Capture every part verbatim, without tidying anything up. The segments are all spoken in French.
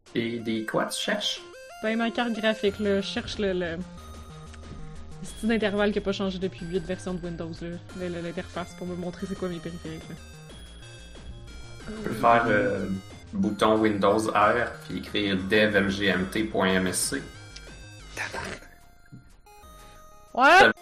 Et des quoi tu cherches? Ben, ma carte graphique, là, je cherche le... le... C'est un intervalle qui a pas changé depuis huit versions de Windows, là. Le- le- L'interface pour me montrer c'est quoi mes périphériques, là. Tu peux faire euh, bouton Windows R puis écrire dev.mgmt.msc. Ouais!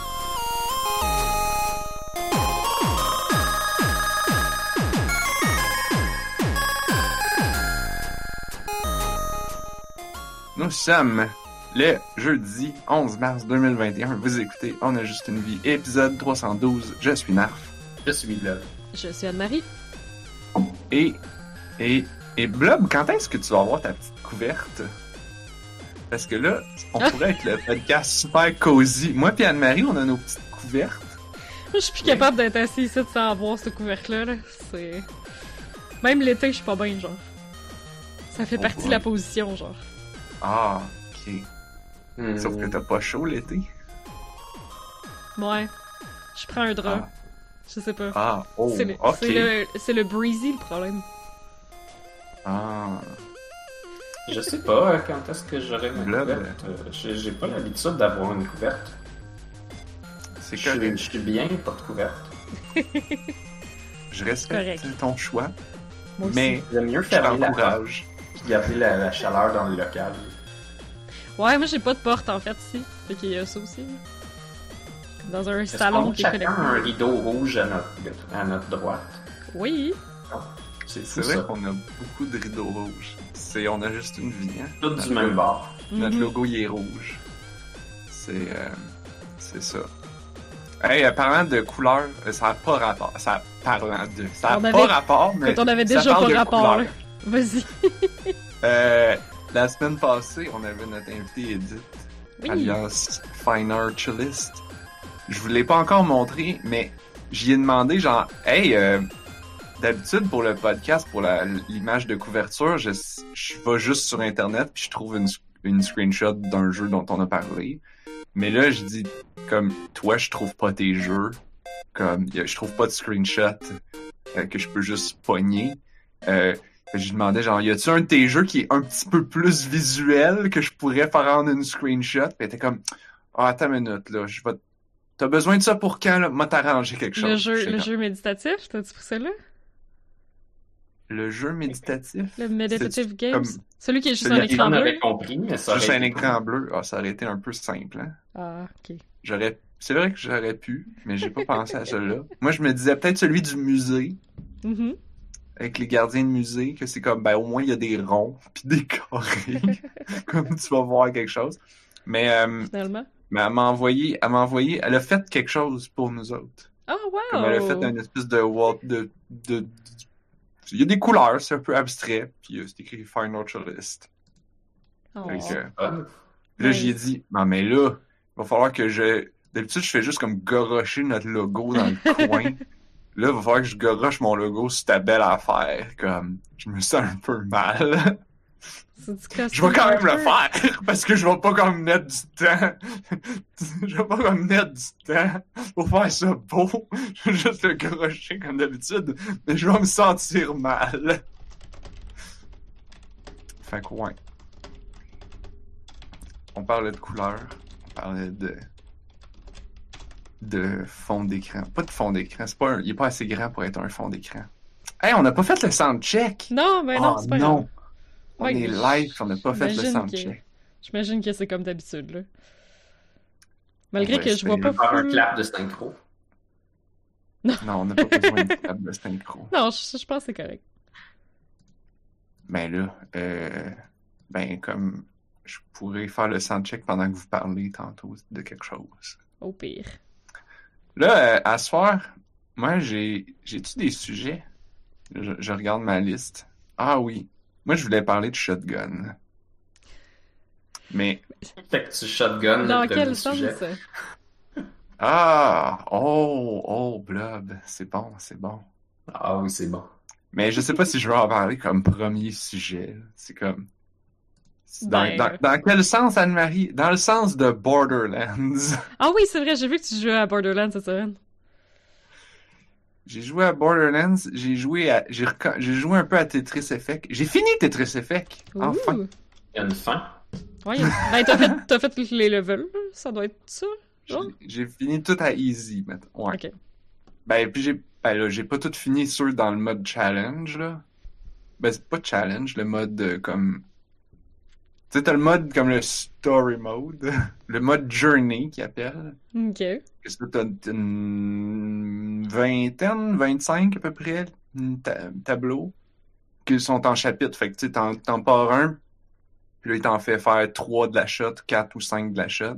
Nous sommes le jeudi onze mars deux mille vingt et un. Vous écoutez On a juste une vie, épisode trois cent douze. Je suis Narf. Je suis Blob. Je suis Anne-Marie. Et, et, et Blob, quand est-ce que tu vas avoir ta petite couverte? Parce que là, on Ah. pourrait être le podcast super cosy. Moi et Anne-Marie, on a nos petites couvertes. Je suis plus capable d'être assis ici sans avoir ce couvercle-là, là. C'est... Même l'été, je suis pas bien, genre. Ça fait Oh partie boy. de la position, genre. Ah, ok. Hmm. Sauf que t'as pas chaud l'été. Ouais. Je prends un drap. Ah, Je sais pas. ah oh, c'est, le, ok. c'est, le, c'est le breezy, le problème. Ah, Je sais pas euh, quand est-ce que j'aurai ma Blob. couverte. Euh, J'ai j'ai pas l'habitude d'avoir une couverte. c'est Je suis- correct. je suis bien pas de couverte. Je respecte correct. ton choix, Moi aussi. mais J'aime mieux je fermer la t'encourage. porte puis garder la, la chaleur dans le local. Ouais, moi j'ai pas de porte en fait ici. Fait qu'il y a ça aussi. Dans un Est-ce salon qu'on a qui est chacun connecté. un rideau rouge à notre, à notre droite? Oui. C'est fou C'est vrai ça. qu'on a beaucoup de rideaux rouges. C'est, on a juste une vie, hein. Tout Notre du même logo- bord. Notre Mhm. logo, il est rouge. C'est, euh, c'est ça. Hey, euh, parlant de couleur, euh, ça a pas rapport. Ça, parlant de, ça a On pas avait- rapport, mais Quand on avait ça déjà parle pas de rapport, couleur. là. Vas-y. Euh, la semaine passée, on avait notre invité Edith, Oui. alias Fine Archulist. Je vous l'ai pas encore montré, mais j'y ai demandé genre, hey, euh, d'habitude pour le podcast, pour la- l'image de couverture, je, je vais juste sur internet puis je trouve une, une screenshot d'un jeu dont on a parlé. Mais là, je dis comme toi, je trouve pas tes jeux, comme y a- je trouve pas de screenshot euh, que je peux juste pogner. Euh, je demandais genre, y a-tu un de tes jeux qui est un petit peu plus visuel que je pourrais faire en une screenshot? Puis elle était comme, ah, attends une minute là, je vais, t'as besoin de ça pour quand là? M'a t'arranger quelque chose. Le jeu, J'étais le comme, jeu méditatif, t'as-tu pris celle-là? Le jeu méditatif. Le Meditative C'est-tu Games? comme- Celui qui est juste celui un qui- écran On bleu? avait compris, mais ça Juste aurait un été écran bleu. Ah, ça aurait été un peu simple, hein. Ah, ok. J'aurais, c'est vrai que j'aurais pu, mais j'ai pas pensé à celui-là. Moi, je me disais peut-être celui du musée, Mhm. avec les gardiens de musée, que c'est comme, ben, au moins, il y a des ronds, puis des carrés, comme tu vas voir quelque chose. Mais, euh, Finalement. mais elle m'a envoyé, elle m'a envoyé, elle a fait quelque chose pour nous autres. Oh, wow! Comme elle a fait une espèce de wall, de, de, de- il y a des couleurs, c'est un peu abstrait, puis euh, c'est écrit Fine Archulist. Oh. Fait que, fun. Là, Ouais. j'y ai dit, non, mais là, il va falloir que je. D'habitude, je fais juste comme gorocher notre logo dans le coin. Là, il va falloir que je goroche mon logo sur ta belle affaire. Comme, je me sens un peu mal. C'est du custom Je vais quand même le art. faire, parce que je vais pas comme mettre du temps. Je vais pas comme mettre du temps pour faire ça beau. Je vais juste le gorocher comme d'habitude, mais je vais me sentir mal. Fait que ouais. On parlait de couleur, on parlait de de fond d'écran. Pas de fond d'écran, c'est pas un... il est pas assez grand pour être un fond d'écran. Hey, on n'a pas fait le soundcheck! Non, mais non, Oh c'est pas non! grave. On Ouais, est mais live, on n'a pas fait le j'imagine soundcheck. J'imagine que c'est comme d'habitude, là. Malgré On va que je vois essayer pas Faire un full... clap de synchro. Non, on n'a pas besoin de table de synchro. Non, je, je pense que c'est correct. Ben là, euh, ben comme je pourrais faire le soundcheck pendant que vous parlez tantôt de quelque chose. Au pire. Là, euh, à ce soir, moi j'ai j'ai-tu des sujets? Je, je regarde ma liste. Ah oui. Moi je voulais parler de shotgun. Mais Fait que tu shotgun Dans le quel le sens? sujet. ah oh oh Blob, c'est bon, c'est bon. Ah oui, c'est bon. Mais je sais pas si je vais en parler comme premier sujet. là. C'est comme c'est dans, Ben, dans, dans quel sens, Anne-Marie? Dans le sens de Borderlands. Ah oui, c'est vrai, j'ai vu que tu jouais à Borderlands cette semaine. j'ai joué à Borderlands, j'ai joué à, j'ai, reco- j'ai joué un peu à Tetris Effect. J'ai fini Tetris Effect, enfin. Ouh. Il y a une fin. Ouais, il y a- ben, t'as fait, t'as fait les levels, là. Ça doit être ça, genre? J'ai, j'ai fini tout à easy, maintenant. Ouais. Ok. Ben, puis j'ai, ben là, j'ai pas tout fini sur dans le mode challenge, là. Ben, c'est pas challenge, le mode euh, comme... Tu sais, t'as le mode comme le story mode, le mode journey qu'ils appellent. Ok. Qu'est-ce que t'as une vingtaine, vingt-cinq à peu près, ta- tableaux, qui sont en chapitres. Fait que tu sais, t'en, t'en pars un, puis là, il t'en fait faire trois de la shot, quatre ou cinq de la shot.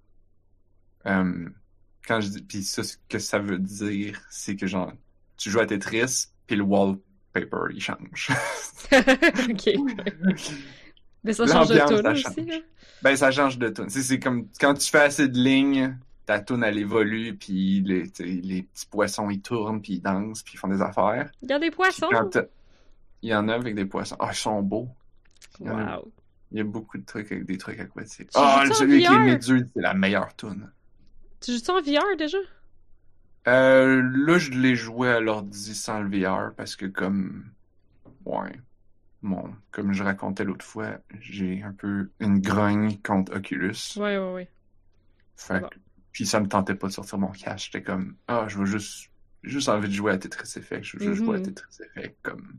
Euh, quand je dis, puis ça, ce que ça veut dire, c'est que genre, tu joues à Tetris, puis le wallpaper, il change. Ok. Mais ça change de L'ambiance, tout, ça aussi, change. là. Ben, ça change de tune. C'est, c'est comme quand tu fais assez de lignes, ta tune elle évolue, puis les, tu sais, les petits poissons ils tournent, puis ils dansent, puis ils font des affaires. Il y a des Puis poissons! quand t'as- il y en a avec des poissons. Ah, ils sont beaux. Il y en a, Wow. il y a beaucoup de trucs avec des trucs aquatiques. Tu Ah, joues-tu en celui qui est V R? méduse, c'est la meilleure tune. Tu joues ça en V R, déjà? Euh, là, je l'ai joué à l'ordi sans le V R parce que comme, ouais, bon, comme je racontais l'autre fois, j'ai un peu une grogne contre Oculus. Ouais, ouais, ouais. Fait bon. que- puis ça me tentait pas de sortir mon cash. J'étais comme, ah, je veux juste, j'ai juste envie de jouer à Tetris Effect. Je veux juste Mhm. jouer à Tetris Effect comme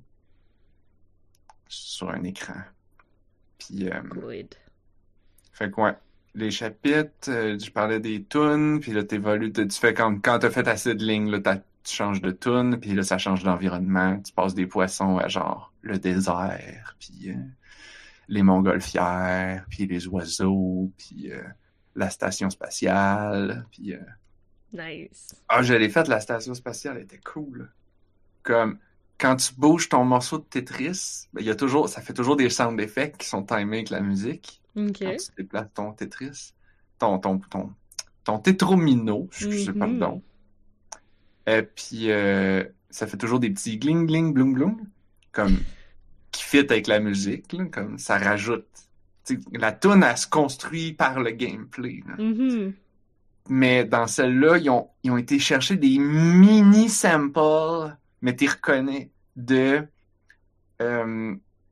sur un écran. Puis, euh, Good. fait que ouais, les chapitres, euh, je parlais des tunes, puis là t'évolues, tu tu fais comme quand t'as fait assez de lignes, là t'as- tu changes de tune, puis là ça change d'environnement. Tu passes des poissons à genre le désert, puis euh, les montgolfières, puis les oiseaux, puis euh, la station spatiale, puis euh, Nice. ah, je l'ai faite, la station spatiale, elle était cool. Comme, quand tu bouges ton morceau de Tetris, ben, il y a toujours, ça fait toujours des sound effects qui sont timés avec la musique. Ok. Quand tu déplaces ton Tetris. Ton, ton, ton, ton tétromino, excusez, Mhm. pardon. Et puis, euh, ça fait toujours des petits gling, gling, bloom, bloom. Comme, qui fit avec la musique, là, comme, ça rajoute. Tu sais, la tune, elle se construit par le gameplay, là. Mhm. Mais dans celle-là, ils ont, ils ont été chercher des mini samples, mais tu reconnais, de... euh,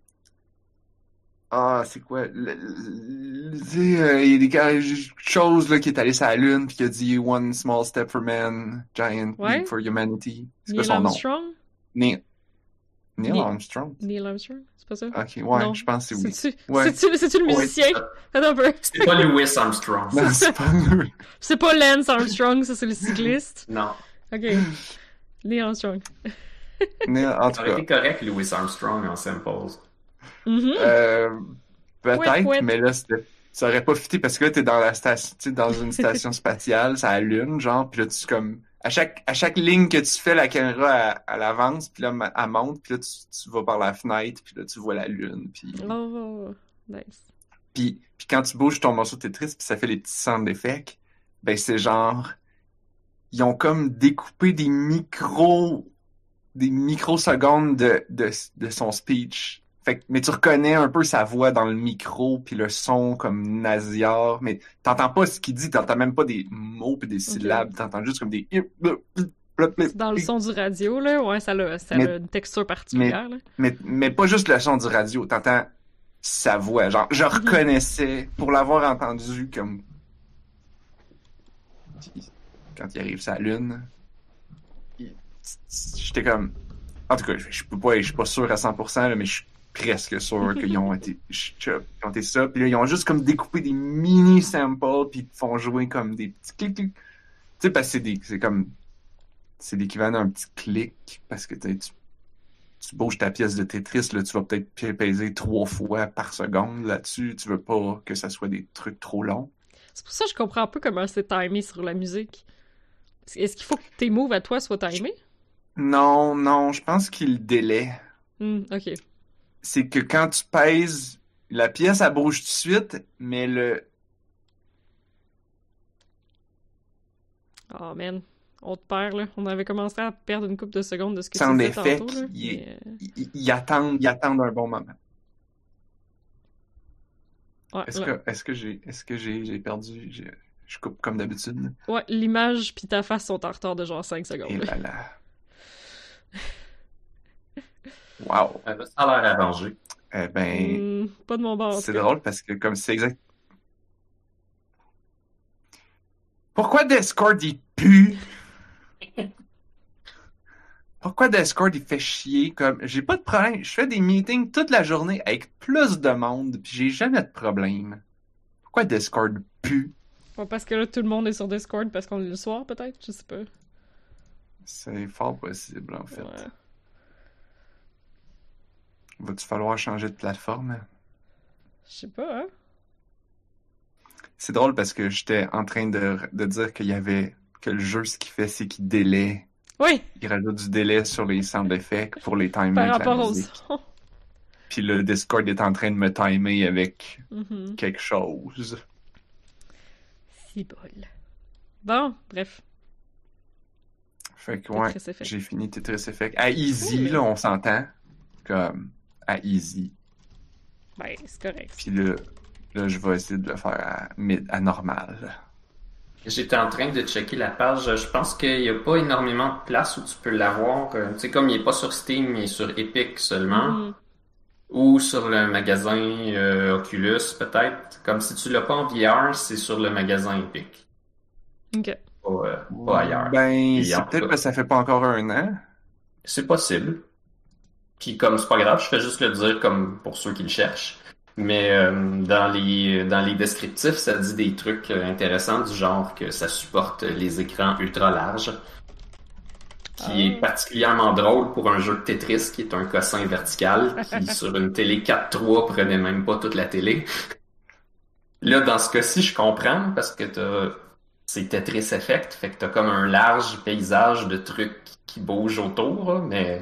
ah, c'est quoi? Le- le- tu sais, euh, il y a des gar- choses là, qui est allé sur la Lune puis qui a dit One small step for man, giant Ouais. leap for humanity. C'est quoi Neil son nom? Armstrong? Neil, Neil Neil- Armstrong? Neil Armstrong? C'est pas ça? Ok, ouais, Non. je pense que c'est oui. C'est-tu Ouais. c'est-tu- c'est-tu le Ouais, musicien? c'est ça. Attends un peu. C'est pas Louis Armstrong. Non, c'est pas lui. C'est pas Lance Armstrong, ça c'est le cycliste. Non. Ok. Neil Armstrong. Neil, en tout Ça aurait cas, été correct, Louis Armstrong en samples. Mhm. euh, peut-être, Pouet, pouet. mais là, c'était- ça aurait pas fité parce que là, t'es dans la station, tu sais, dans une station spatiale, ça allume, genre, puis là, tu comme, à chaque, à chaque ligne que tu fais, la caméra, elle, elle avance, puis là, elle monte, puis là, tu, tu vas par la fenêtre, puis là, tu vois la lune, puis, Oh, nice. puis, puis quand tu bouges ton morceau de Tetris, puis ça fait les petits sound effects, ben, c'est genre, ils ont comme découpé des micros, des microsecondes de, de, de son speech. Fait que, mais tu reconnais un peu sa voix dans le micro, puis le son comme nasillard, mais t'entends pas ce qu'il dit, t'entends même pas des mots puis des syllabes, t'entends juste comme des... C'est dans le son du radio, là. Ouais, ça a, ça a Mais- une texture particulière, là. Mais, mais pas juste le son du radio, t'entends sa voix. Genre, je reconnaissais, pour l'avoir entendu comme... Quand il arrive sa lune, il- j'étais comme... En tout cas, je, je peux pas, je suis pas sûr à cent pour cent, là, mais je suis presque sûr qu'ils ont été, ils ont été ça. Puis là, ils ont juste comme découpé des mini samples, puis ils te font jouer comme des petits clics, clics. Tu sais, parce que c'est des, c'est comme, c'est l'équivalent d'un petit clic, parce que tu, tu bouges ta pièce de Tetris, là, tu vas peut-être peser trois fois par seconde là-dessus. Tu veux pas que ça soit des trucs trop longs. C'est pour ça que je comprends un peu comment c'est timé sur la musique. Est-ce qu'il faut que tes moves à toi soient timés? Non, non, je pense qu'il le délai. Hmm, ok. C'est que quand tu pèses, la pièce, elle bouge tout de suite, mais le... Oh man, on te perd là. On avait commencé à perdre une couple de secondes de ce que Sound tu disais effect, tantôt, là. il est- Mais, euh, Ils, ils attendent, ils attendent un bon moment. ouais, Est-ce là. que, est-ce que j'ai, est-ce que j'ai, j'ai perdu, j'ai- je coupe comme d'habitude. Ouais, l'image pis ta face sont en retard de genre cinq secondes. Et là. là là. Wow. Euh, là, ça a l'air arrangé. Eh ben, Hmm, pas de mon bord. en c'est tout cas. drôle parce que comme c'est exact. Pourquoi Discord il pue? Pourquoi Discord il fait chier? Comme j'ai pas de problème. Je fais des meetings toute la journée avec plus de monde, puis j'ai jamais de problème. Pourquoi Discord pue? Ouais, parce que là, tout le monde est sur Discord parce qu'on est le soir, peut-être? Je sais pas. C'est fort possible en fait. Ouais. Va-tu falloir changer de plateforme? Je sais pas, hein? C'est drôle parce que j'étais en train de, de dire qu'il y avait que le jeu, ce qu'il fait, c'est qu'il délai. Oui! Il rajoute du délai sur les sound effects pour les timer Par avec la rapport au musique. son. Puis le Discord est en train de me timer avec Mhm. quelque chose. Si bol. Bon, bref. Fait que ouais, Tetris Effect. j'ai fini Tetris Effect. À easy, Cool. là, on s'entend. Comme à easy. Ben, c'est correct. Puis là, là, je vais essayer de le faire à, mid- à normal. J'étais en train de checker la page. Je pense qu'il n'y a pas énormément de place où tu peux l'avoir. Euh, Tu sais, comme il n'est pas sur Steam, il est sur Epic seulement. Mhm. Ou sur le magasin euh, Oculus, peut-être. Comme si tu l'as pas en V R, c'est sur le magasin Epic. Ok. Pas, euh, pas ailleurs. Ben, Puis, c'est en tout peut-être cas, parce que ça fait pas encore un an. c'est possible. Puis comme c'est pas grave, je fais juste le dire comme pour ceux qui le cherchent. Mais euh, dans les dans les descriptifs, ça dit des trucs euh, intéressants du genre que ça supporte les écrans ultra larges, qui Ah. est particulièrement drôle pour un jeu de Tetris qui est un cossin vertical qui sur une télé quatre trois prenait même pas toute la télé. Là, dans ce cas-ci, je comprends parce que t'as c'est Tetris Effect, fait que t'as comme un large paysage de trucs qui bougent autour, là, mais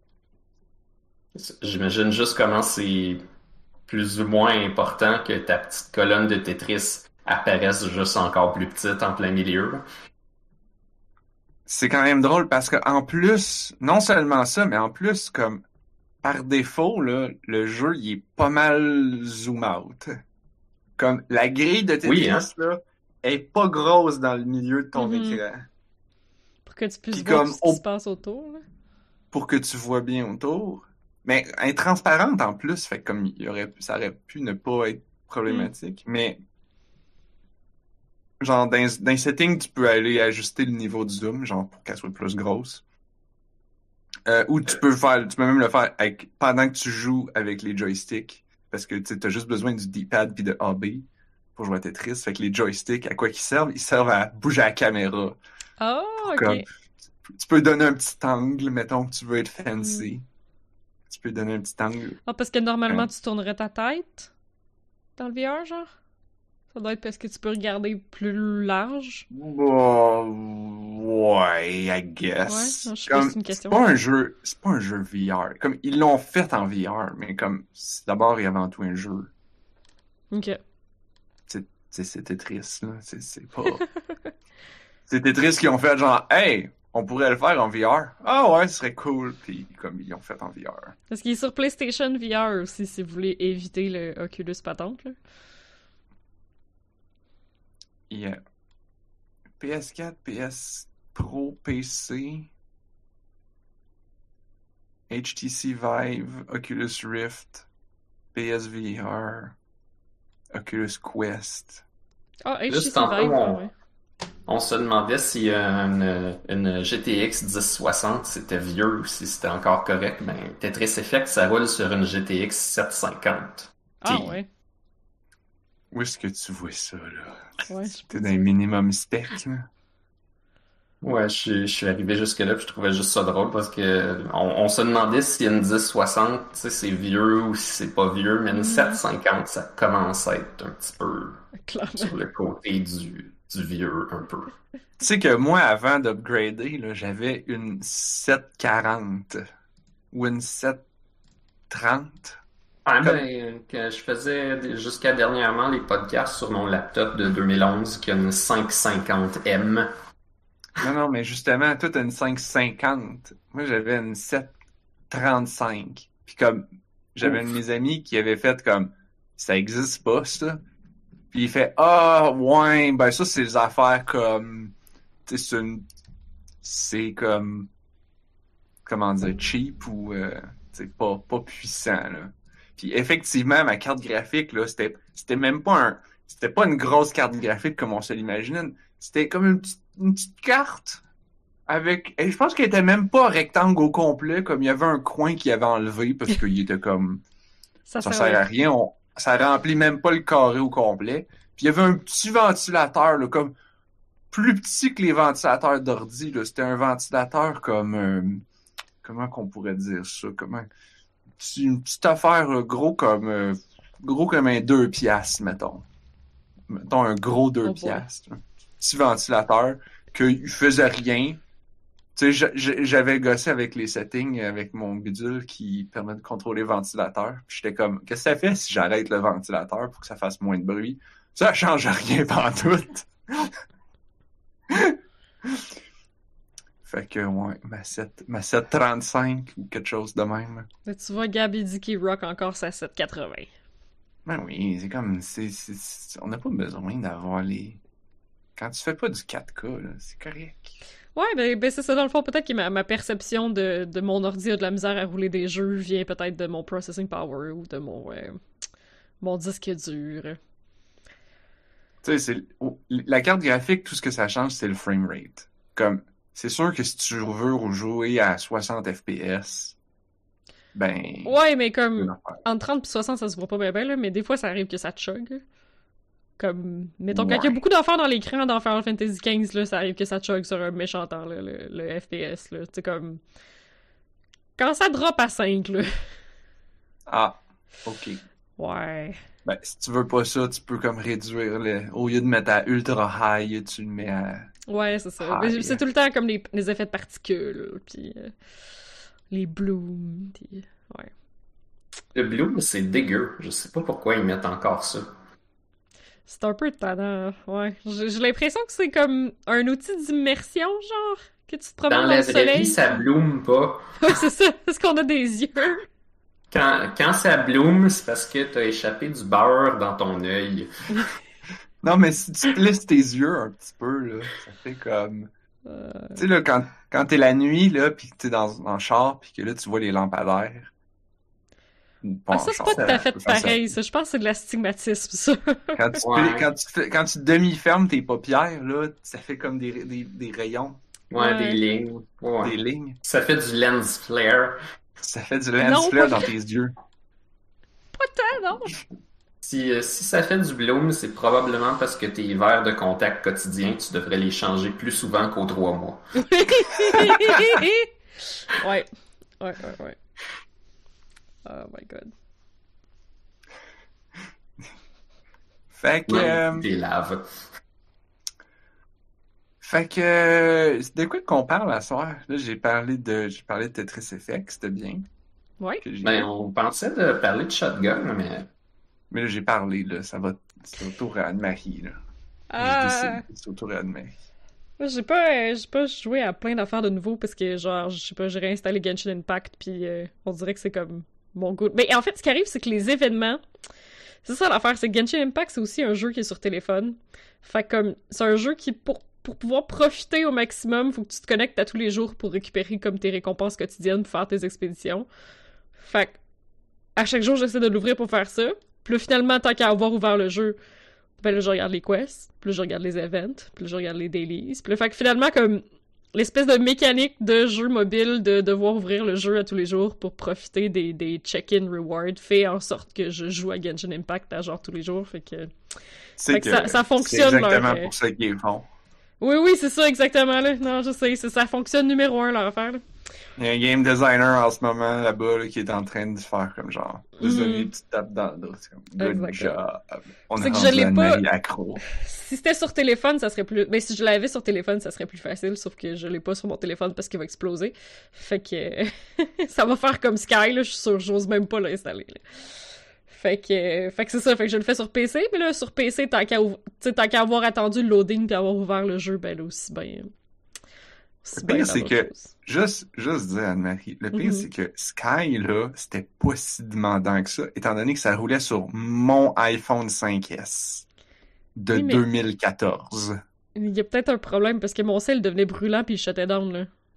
j'imagine juste comment c'est plus ou moins important que ta petite colonne de Tetris apparaisse juste encore plus petite en plein milieu. là. C'est quand même drôle parce que en plus, non seulement ça, mais en plus, comme par défaut, là, le jeu il est pas mal zoom out. Comme la grille de Tetris, Oui, hein? là, est pas grosse dans le milieu de ton Mhm. écran. Pour que tu puisses Puis voir comme tout ce qui au- se passe autour. Là. Pour que tu vois bien autour. Mais elle est transparente en plus, fait que comme il y aurait, ça aurait pu ne pas être problématique. Mais genre dans, dans les settings, tu peux aller ajuster le niveau de zoom, genre pour qu'elle soit plus grosse. Euh, ou tu peux faire, tu peux même le faire avec, pendant que tu joues avec les joysticks, parce que tu as juste besoin du D-pad puis de A B pour jouer à Tetris. Fait que les joysticks, à quoi qu'ils servent? Ils servent à bouger la caméra. Ah, ok. Comme, tu peux donner un petit angle, mettons que tu veux être fancy. Tu peux donner un petit angle. Ah, parce que normalement, Ouais. tu tournerais ta tête dans le V R, genre? Ça doit être parce que tu peux regarder plus large. Bon, ouais, I guess. Ouais, non, je sais Comme, pas si c'est une c'est question. pas un jeu, c'est pas un jeu V R. Comme, ils l'ont fait en V R, mais comme, c'est d'abord et avant tout un jeu. Ok. C'est, c'est, c'est Tetris, là. C'est, c'est pas... c'est Tetris qui ont fait genre, hey, on pourrait le faire en V R. Ah ouais, ce serait cool. Puis, comme, ils l'ont fait en V R. Parce qu'il est sur PlayStation V R aussi, si vous voulez éviter le Oculus patente, là. Yeah. P S quatre, P S Pro, P C, H T C Vive, Oculus Rift, P S V R, Oculus Quest. Ah, H T Juste C tantôt, Vive, on- ouais. On se demandait si euh, une, une G T X dix soixante c'était vieux ou si c'était encore correct. Ben, Tetris Effect, ça roule sur une G T X sept cent cinquante. Ah, Ti. ouais. Où est-ce que tu vois ça, là? Ouais, je T'es dans les minimum spec, là? Ouais, je, suis- je suis arrivé jusque-là, puis je trouvais juste ça drôle parce que on, on se demandait si une dix soixante, tu sais, c'est vieux ou si c'est pas vieux, mais une Mhm. sept cent cinquante, ça commence à être un petit peu Clairement. sur le côté du, du vieux, un peu. Tu sais que moi, avant d'upgrader, là, j'avais une sept cent quarante ou une sept cent trente. Ah Comme- ben, que je faisais des- jusqu'à dernièrement les podcasts sur mon laptop de deux mille onze qui a une cinq cent cinquante M. Non, non, mais justement, toi, t'as une cinq cent cinquante. Moi, j'avais une sept cent trente-cinq. Puis comme, j'avais un de mes amis qui avait fait comme, ça existe pas, ça. Puis il fait, ah, ouais, ben ça, c'est des affaires comme, tu sais, c'est une, c'est comme, comment dire, cheap ou, euh, c'est pas, pas puissant, là. Puis effectivement, ma carte graphique, là, c'était, c'était même pas un, c'était pas une grosse carte graphique comme on se l'imagine. C'était comme une petite, une petite carte avec, et je pense qu'elle était même pas rectangle au complet, comme il y avait un coin qu'il avait enlevé parce qu'il était comme, Ça, ça sert sert à rien, on, ça remplit même pas le carré au complet. Puis il y avait un petit ventilateur, là, comme plus petit que les ventilateurs d'ordi, là. C'était un ventilateur comme, euh, comment qu'on pourrait dire ça, comment, une petite affaire euh, gros comme, euh, gros comme un deux piastres, mettons. Mettons un gros deux Oh boy. piastres. Un petit ventilateur qu'il faisait rien. Tu sais, j'avais gossé avec les settings avec mon bidule qui permet de contrôler le ventilateur. Puis j'étais comme, qu'est-ce que ça fait si j'arrête le ventilateur pour que ça fasse moins de bruit? Ça change rien pantoute. Fait que, ouais, ma sept, ma sept trente-cinq ou quelque chose de même. Mais tu vois, Gabi dit qu'il rock encore sa sept quatre-vingts. Ben oui, c'est comme, c'est, c'est, c'est- on n'a pas besoin d'avoir les... Quand tu fais pas du quatre K, là, c'est correct. Ouais, ben, ben c'est ça, dans le fond, peut-être que ma, ma perception de, de mon ordi a de la misère à rouler des jeux vient peut-être de mon processing power ou de mon, euh, mon disque dur. Tu sais, c'est, oh, la carte graphique, tout ce que ça change, c'est le frame rate. Comme, c'est sûr que si tu veux jouer à soixante F P S, ben... Ouais, mais c'est une comme, affaire. entre trente et soixante, ça se voit pas bien, bien, là, mais des fois, ça arrive que ça chug. Comme, mettons, quand il y a Ouais. beaucoup d'enfants dans l'écran dans Final Fantasy quinze, là, ça arrive que ça chug sur un méchant temps, là, le, le F P S, là. Tu sais, comme... Quand ça drop à cinq, là. Ah, ok. Ouais. Ben, si tu veux pas ça, tu peux comme réduire le... Au lieu de mettre à ultra high, tu le mets à Ouais, c'est ça. Mais high. c'est tout le temps comme les, les effets de particules, puis euh, les blooms, puis... Ouais. Le Bloom, c'est dégueu. Je sais pas pourquoi ils mettent encore ça. C'est un peu tannant, ouais. J'ai j'ai l'impression que c'est comme un outil d'immersion, genre, que tu te promènes Dans dans la le vraie soleil. vie, ça bloom pas. Ouais, c'est ça, parce qu'on a des yeux. Quand, quand ça bloom, c'est parce que t'as échappé du beurre dans ton œil. Non, mais si tu plisses tes yeux un petit peu, là, ça fait comme... Euh, Tu sais, là, quand, quand t'es la nuit, là, pis que t'es dans, dans le char, pis que là, tu vois les lampadaires. Pas Ah, en ça, c'est char, pas tout à ça fait peut faire ça. pareil, ça. Je pense que c'est de l'astigmatisme, ça. Quand tu, Ouais. pli- quand tu, fais- quand tu demi-fermes tes paupières, là, ça fait comme des, des, des rayons, Ouais, Ouais. des lignes. Ouais. des lignes. Ça fait du lens flare. Ça fait du Non, lens flare pas dans tes yeux. Pas tant, non? Si, euh, si ça fait du bloom, c'est probablement parce que tes verres de contact quotidiens, tu devrais les changer plus souvent qu'aux trois mois. ouais. Ouais, ouais, ouais. Oh my god. Fait que... Ouais, euh, Des laves. Fait que... euh, de quoi qu'on parle à soir? Là, j'ai parlé de j'ai parlé de Tetris Effect, c'était bien. Ouais. Que j'ai- Ben, on pensait de parler de Shotgun, mais Mais là, j'ai parlé, là, ça va... C'est au tour à Anne-Marie, là. Je Ah, décide, c'est au tour à Anne-Marie. moi, j'ai pas, euh, j'ai pas joué à plein d'affaires de nouveau parce que, genre, je sais pas, j'ai réinstallé Genshin Impact, puis euh, on dirait que c'est comme mon goût. Mais en fait, ce qui arrive, c'est que les événements. C'est ça l'affaire, c'est que Genshin Impact, c'est aussi un jeu qui est sur téléphone. Fait que, comme, c'est un jeu qui, pour, pour pouvoir profiter au maximum, faut que tu te connectes à tous les jours pour récupérer comme tes récompenses quotidiennes pour faire tes expéditions. Fait que, à chaque jour, j'essaie de l'ouvrir pour faire ça. Puis là, finalement, tant qu'à avoir ouvert le jeu, ben là, je regarde les quests, puis là, je regarde les events, puis là, je regarde les dailies. Puis là, fait que finalement, comme, l'espèce de mécanique de jeu mobile de devoir ouvrir le jeu à tous les jours pour profiter des, des check-in rewards fait en sorte que je joue à Genshin Impact à genre tous les jours. Fait que, C'est fait que ça, ça c'est fonctionne. exactement leur, euh, pour ça qu'ils font. Oui, oui, c'est ça, exactement. Là. Non, je sais, c'est- ça fonctionne numéro un, leur affaire. Là. Il y a un game designer en ce moment là-bas là, qui est en train de faire comme genre, de se Mhm. donner une petite tape dans le dos. C'est comme, good Exactement. job. On C'est a que rendu je l'ai Anne-Marie pas- accro. Si c'était sur téléphone, ça serait plus... Ben, si je l'avais sur téléphone, ça serait plus facile, sauf que je l'ai pas sur mon téléphone parce qu'il va exploser. Fait que... ça va faire comme Sky, là, je suis sûre, j'ose même pas l'installer, là. Fait que... Fait que c'est ça, fait que je le fais sur P C, mais là, sur P C, tant qu'à, ouv- tu sais, tant qu'à avoir attendu le loading puis avoir ouvert le jeu, ben là, aussi bien... Aussi Le bien pire, dans c'est d'autres que- choses. Juste, juste dire Anne-Marie, le pire Mhm. c'est que Sky là, c'était pas si demandant que ça, étant donné que ça roulait sur mon iPhone cinq S de Oui, mais- deux mille quatorze. Il y a peut-être un problème parce que mon sel devenait brûlant puis il shuttait down, là.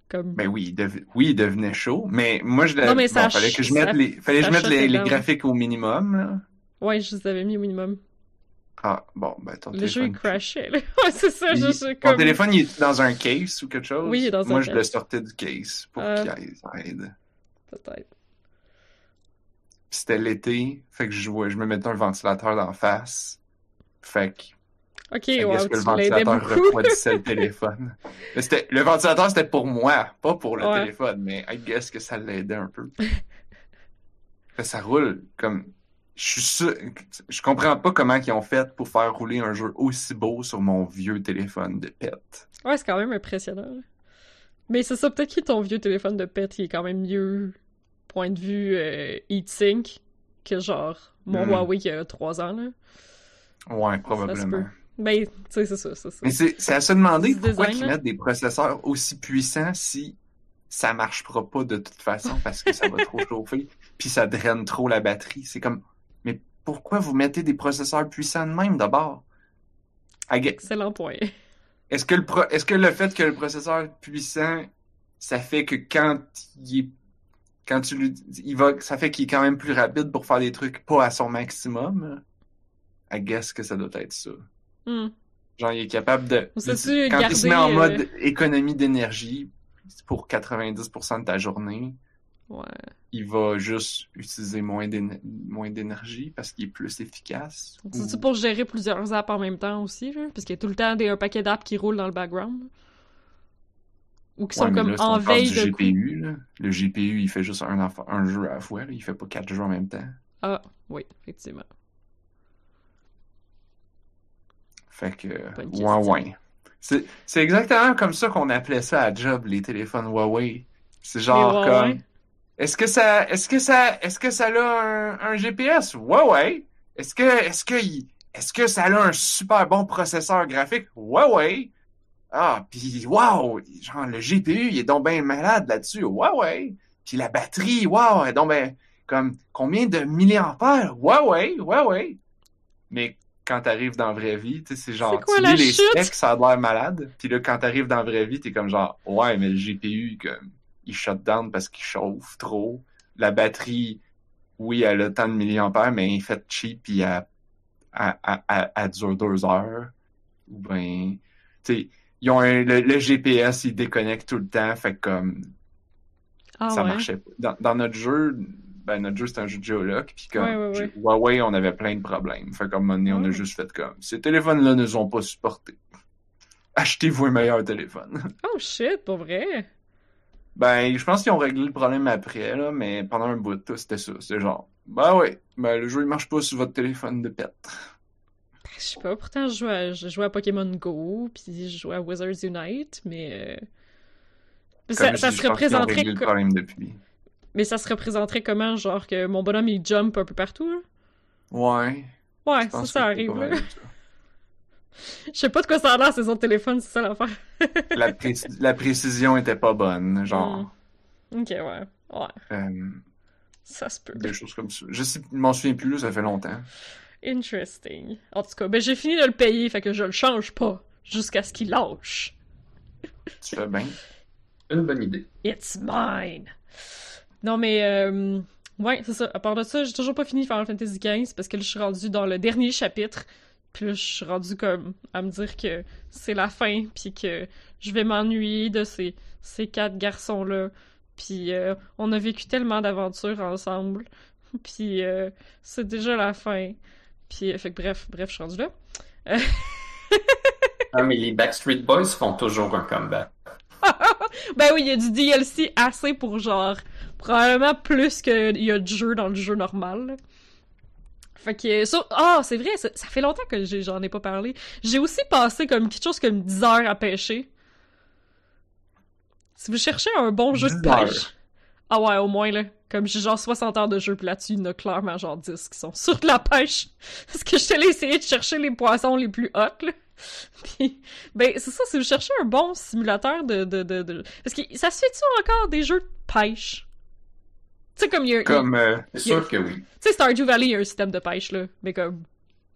Comme... Ben oui, il, dev... oui, il devenait chaud, mais moi, je Non, mais bon, ça fallait que je ch- mette ça- les, fallait que ça je mette shut les, it les down. graphiques au minimum, là. Ouais, je les avais mis au minimum. Ah, bon, ben ton Le jeu, il téléphone... crashait, là. Ouais, c'est ça, je Il- sais Ton comme... téléphone, il est dans un case ou quelque chose? Oui, il est dans un Moi, je le case. sortais du case pour Euh. qu'il aide. Peut-être. Puis c'était l'été, fait que je jouais, je me mettais un ventilateur d'en face. Fait que, Ok, I wow, guess que le tu l'aidais ventilateur beaucoup. refroidissait le téléphone. Mais c'était, le ventilateur, c'était pour moi, pas pour le Ouais. téléphone, mais I guess que ça l'aidait un peu. Fait que ça roule comme... Je suis sûr... Je comprends pas comment ils ont fait pour faire rouler un jeu aussi beau sur mon vieux téléphone de pète. Ouais, c'est quand même impressionnant. là. Mais c'est ça, peut-être que ton vieux téléphone de pet, il est quand même mieux, point de vue euh, heatsink, que genre mon Mm. Huawei il y a trois ans, là. Ouais, Ça se probablement. peut. Ben, tu sais, c'est ça, c'est ça. Mais c'est, c'est à se demander Du pourquoi design, ils là. mettent des processeurs aussi puissants si ça marchera pas de toute façon parce que ça va trop chauffer puis ça draine trop la batterie. C'est comme, mais pourquoi vous mettez des processeurs puissants de même d'abord? I get- Excellent point. Est-ce que le pro... est-ce que le fait que le processeur est puissant, ça fait que quand il est quand tu lui il va ça fait qu'il est quand même plus rapide pour faire des trucs pas à son maximum? I guess que ça doit être ça. Hmm. Genre, il est capable de... Ou sais-tu Quand il se met en garder, mode économie d'énergie pour quatre-vingt-dix pour cent de ta journée, Ouais. il va juste utiliser moins d'éne- moins d'énergie parce qu'il est plus efficace. C'est-tu Ou- pour gérer plusieurs apps en même temps aussi, là? Parce qu'il y a tout le temps des, un paquet d'apps qui roulent dans le background. Ou qui sont Ouais, mais comme là, si en on parle veille du de G P coup. U, là. Le G P U, il fait juste un, enf- un jeu à la fois. Là. Il fait pas quatre jeux en même temps. Ah, oui, effectivement. Fait que... Bonne Ouais, question. ouais. C'est, c'est exactement comme ça qu'on appelait ça à job, les téléphones Huawei. C'est genre Les Huawei. comme... Est-ce que ça, est-ce que ça, est-ce que ça a un, un G P S? Ouais, ouais. Est-ce que, est-ce que, il- est-ce que ça a un super bon processeur graphique? Ouais, ouais. Ah, puis wow, genre le G P U, il est donc bien malade là-dessus. Ouais, ouais. Puis la batterie, wow, elle est donc ben comme combien de milliampères? Ouais, ouais, ouais, ouais. Mais quand t'arrives dans la vraie vie, tu sais, c'est genre, C'est quoi tu la lis les chute? specs, ça a l'air malade. Puis là, quand t'arrives dans la vraie vie, t'es comme genre, ouais, mais le G P U, comme, il shut down parce qu'il chauffe trop. La batterie, oui, elle a tant de milliampères, mais elle est faite cheap puis elle, elle, elle, elle- elle dure deux heures. Ou ben, tu sais, ils ont un- le, le G P S, il déconnecte tout le temps, fait que comme, Ah ça ouais. marchait pas. Dans, dans notre jeu, ben notre jeu c'est un jeu de géologue, puis comme Ouais, ouais, ouais. Huawei, on avait plein de problèmes. Fait comme un moment donné, on a Ah. juste fait comme ces téléphones-là ne sont pas supportés. Achetez-vous un meilleur téléphone. Oh shit, pour vrai? Ben, je pense qu'ils ont réglé le problème après, là, mais pendant un bout, là, c'était ça. C'était genre, ben ouais, ben le jeu il marche pas sur votre téléphone de pète. Je sais pas, pourtant je jouais à, je jouais à Pokémon Go, puis je jouais à Wizards Unite, mais... euh, Comme Ça, je ça dis, se je pense qu'ils ont représenterait... réglé le co- problème depuis. Mais ça se représenterait comment, genre que mon bonhomme il jump un peu partout, là? Ouais. Ouais, je ça, pense ça que c'est arrive, pas là. mal ça. Je sais pas de quoi ça a l'air, ces autres téléphones, c'est ça l'affaire. La, préci- la précision était pas bonne, genre, Ok, ouais. Ouais, euh, ça se peut. des choses comme ça. Je sais, je m'en souviens plus, là, ça fait longtemps. Interesting. En tout cas, ben j'ai fini de le payer, fait que je le change pas, jusqu'à ce qu'il lâche. Tu fais bien. Une bonne idée. It's mine! Non, mais, euh, ouais, c'est ça. À part de ça, j'ai toujours pas fini Final Fantasy quinze parce que là, je suis rendue dans le dernier chapitre. Puis là, je suis rendue comme à me dire que c'est la fin, puis que je vais m'ennuyer de ces, ces quatre garçons-là. Puis euh, on a vécu tellement d'aventures ensemble. Puis euh, c'est déjà la fin. Puis, euh, fait que bref, bref, je suis rendue là. Euh, Ah, mais les Backstreet Boys font toujours un comeback. Ben oui, il y a du D L C assez pour genre probablement plus qu'il y a de jeux dans le jeu normal. là. Fait que ça, ah c'est vrai, ça, ça fait longtemps que j'ai- j'en ai pas parlé. J'ai aussi passé comme quelque chose comme dix heures à pêcher. Si vous cherchez un bon jeu de dix heures. pêche, ah ouais, au moins là, comme j'ai genre soixante heures de jeu puis là-dessus, il y en a clairement genre dix qui sont sur de la pêche. Parce que j'étais allée essayer de chercher les poissons les plus hot là. Puis, ben, c'est ça, si vous cherchez un bon simulateur de... de, de, de... Parce que ça se fait-tu encore des jeux de pêche? Tu sais, comme il y a... Comme, euh, C'est Yeah. sûr que oui. Tu sais, Stardew Valley, il y a un système de pêche, là. Mais comme...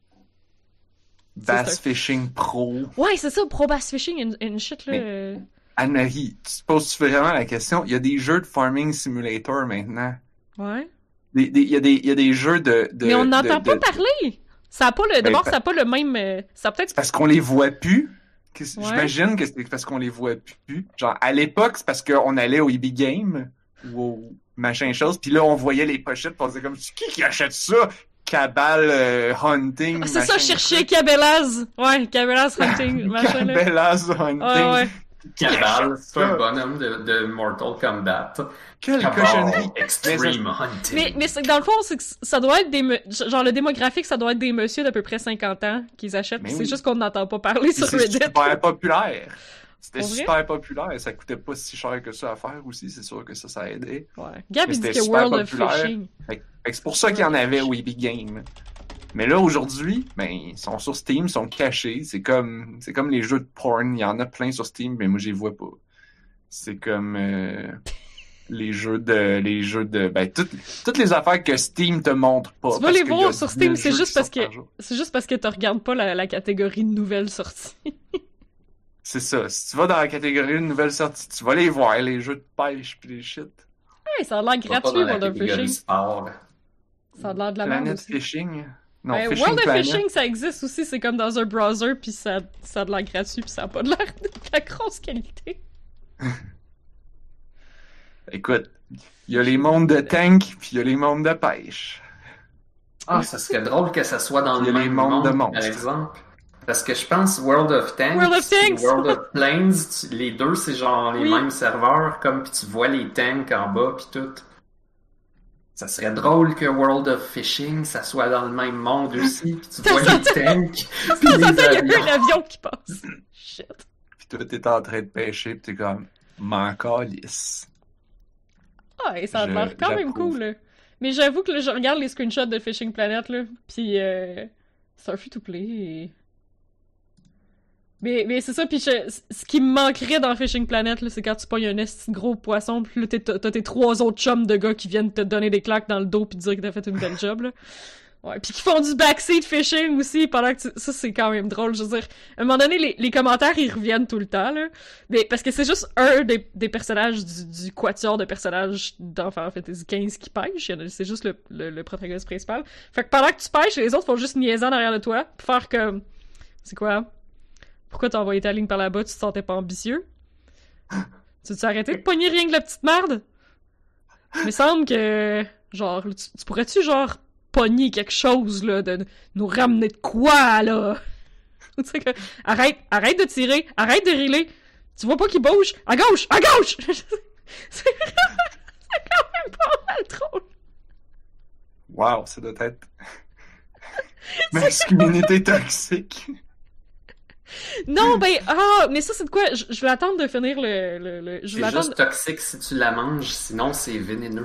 Bass c'est un- Fishing Pro. Ouais, c'est ça, Pro Bass Fishing and, and shit, là. Mais- euh, Anne-Marie, tu te poses vraiment la question? Il y a des jeux de Farming Simulator maintenant. Ouais. Des, des, il, y a des, il y a des jeux de... de Mais on n'entend de, pas de, parler! Ça a pas le... D'abord, ben, ça a pas le même... euh, Ça a peut-être... parce qu'on les voit plus. Que, Ouais. J'imagine que c'est parce qu'on les voit plus. Genre, à l'époque, c'est parce qu'on allait au E B Game ou au machin chose, puis là, on voyait les pochettes, pis on disait comme, c'est qui qui achète ça? Cabal euh, Hunting, Ah, c'est machin ça, je cherchais Cabela's! Ouais, Cabela's Hunting, machin là. Cabela's Hunting. Ah ouais. Cabal, c'est un bonhomme de, de Mortal Kombat. Quelle Cabal cochonnerie! Extreme Hunting. Mais, mais c'est, dans le fond, c'est que ça doit être des... me- Genre, le démographique, ça doit être des messieurs d'à peu près cinquante ans qu'ils achètent. Mais C'est oui. juste qu'on n'entend pas parler sur C'est Reddit. super populaire. C'était Pour vrai? super populaire. Ça coûtait pas si cher que ça à faire aussi. C'est sûr que ça, ça a aidé. Ouais. Gab, Mais il dit c'était que super World of populaire. Fishing. Fait, que- fait que c'est pour ça qu'il y en avait au E B Game. Mais là, aujourd'hui, ben, ils sont sur Steam, ils sont cachés. C'est comme, c'est comme les jeux de porn. Il y en a plein sur Steam, mais moi, je les vois pas. C'est comme, euh, les jeux de, les jeux de, ben, toutes, toutes les affaires que Steam te montre pas. Tu vas parce les qu'il y a voir sur dix Steam, mille c'est jeux juste qui parce sortent que par jour. c'est juste parce que tu regardes pas la, la catégorie de nouvelles sorties. C'est ça. Si tu vas dans la catégorie de nouvelles sorties, tu vas les voir, les jeux de pêche pis les shit. Hey, ça a l'air Pas gratuit, dans la World of catégorie Fishing. sport. Ça a l'air de la merde Planet aussi. Fishing. Non, Ben, Fishing World of Planet. Fishing, ça existe aussi, c'est comme dans un browser, puis ça, ça a de l'air gratuit, puis ça a pas de l'air de la grosse qualité. Écoute, il y a les mondes de tank, puis il y a les mondes de pêche. Ah, ça serait drôle que ça soit dans Il y le a les même mondes monde, de par monstres. exemple. Parce que je pense World of Tanks World of et Tanks! World of Planes, tu- les deux, c'est genre les Oui. mêmes serveurs, comme pis tu vois les tanks en bas pis tout. Ça serait drôle que World of Fishing, ça soit dans le même monde aussi, pis tu vois les tanks pis Ça, les ça fait qu'il y a avions. un avion qui passe. Shit. Puis toi, t'es en train de pêcher, pis t'es comme, m'en calisse. Ah, et ça a Je- l'air quand même j'approuve. cool, là. Mais j'avoue que là, je regarde les screenshots de Fishing Planet, là, pis euh, c'est un free-to-play, et... Mais, mais c'est ça, pis je- ce qui me manquerait dans Fishing Planet, là, c'est quand tu pognes un esti de gros poisson, pis là, t'es- t'as t'as tes trois autres chums de gars qui viennent te donner des claques dans le dos pis te dire que t'as fait une belle job, là. Ouais, pis qui font du backseat fishing aussi pendant que tu... Ça, c'est quand même drôle, je veux dire. À un moment donné, les, les commentaires, ils reviennent tout le temps, là. Mais parce que c'est juste un des, des personnages du, du quatuor de personnages dans Final Fantasy quinze qui pêche. Il y en a- C'est juste le, le, le protagoniste principal. Fait que pendant que tu pêches, les autres font juste niaiser en arrière de toi, pis faire comme... C'est quoi? Pourquoi t'as envoyé ta ligne par là-bas? Tu te sentais pas ambitieux? Tu t'es arrêté de pogner rien que la petite merde? Il me semble que... Genre, tu, tu pourrais-tu, genre, pogner quelque chose, là, de nous ramener de quoi, là? Tu sais que... Arrête, arrête de tirer, arrête de riler. Tu vois pas qu'il bouge? À gauche, à gauche! C'est vraiment... C'est quand même pas mal drôle. Wow, ça doit être... masculinité toxique. Non, ben, ah, mais ça, c'est de quoi? Je, je vais attendre de finir le... le, le- je vais C'est attendre... juste toxique si tu la manges, sinon c'est vénéneux.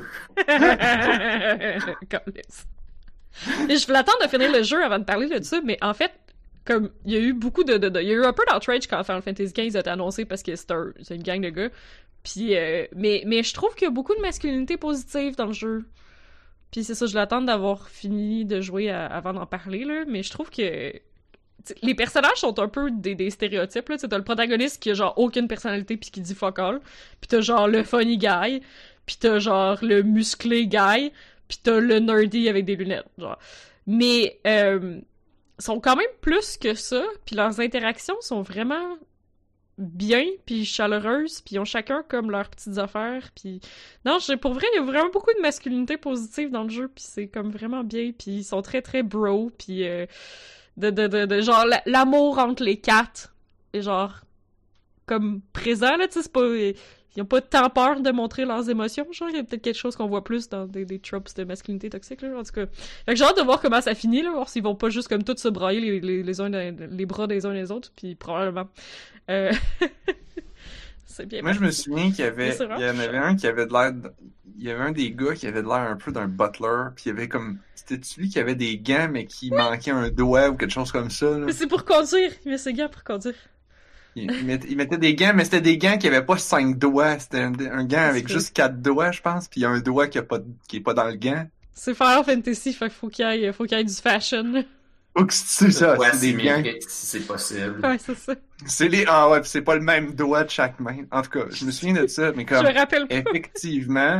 Câlisse. Et je voulais attendre de finir le jeu avant de parler de ça, mais en fait, comme il y a eu beaucoup de, de, de- il y a eu un peu d'outrage quand Final Fantasy quinze a été annoncé parce que c'est un, c'est une gang de gars. Puis, euh, mais, mais je trouve qu'il y a beaucoup de masculinité positive dans le jeu. Puis c'est ça, je l'attends d'avoir fini de jouer à- avant d'en parler, là, mais je trouve que t'sais, les personnages sont un peu des, des stéréotypes, là. T'sais, t'as le protagoniste qui a genre aucune personnalité puis qui dit fuck all. Puis t'as genre le funny guy. Puis t'as genre le musclé guy. Puis t'as le nerdy avec des lunettes, genre. Mais, euh, sont quand même plus que ça. Puis leurs interactions sont vraiment bien, puis chaleureuses, puis ils ont chacun comme leurs petites affaires, puis... Non, je- pour vrai, il y a vraiment beaucoup de masculinité positive dans le jeu, puis c'est comme vraiment bien, puis ils sont très très bro, puis euh, de, de, de, de genre la- l'amour entre les quatre, et genre comme présent, là, tu sais, c'est pas... Ils ont pas tant peur de montrer leurs émotions, genre, il y a peut-être quelque chose qu'on voit plus dans des, des tropes de masculinité toxique, là, en tout cas. Fait que j'ai hâte de voir comment ça finit, là, voir s'ils vont pas juste comme tous se brailler les, les, les, uns des- les bras des uns des autres, puis probablement... Euh... c'est bien. Moi, je me souviens qu'il y avait, Mais c'est il y en vraiment avait un qui avait de l'air, de- il y avait un des gars qui avait de l'air un peu d'un butler, puis il y avait comme, c'était celui qui avait des gants, mais qui manquait un doigt ou quelque chose comme ça, là. Mais c'est pour conduire, il met ses gants pour conduire. Il, il mettait, il mettait des gants, mais c'était des gants qui avaient pas cinq doigts, c'était un, un gant avec C'est juste quatre doigts, je pense, puis il y a un doigt qui a pas, de- qui est pas dans le gant. C'est Final Fantasy, fait qu'il faut qu'il y ait, faut qu'il y ait du fashion. Ou que c'est ça, Ouais, c'est des gangs. asymétrique si c'est possible. Ouais, c'est ça. C'est les. Ah ouais, pis c'est pas le même doigt de chaque main. En tout cas, je me souviens de ça, mais Je comme. me rappelle pas. Effectivement,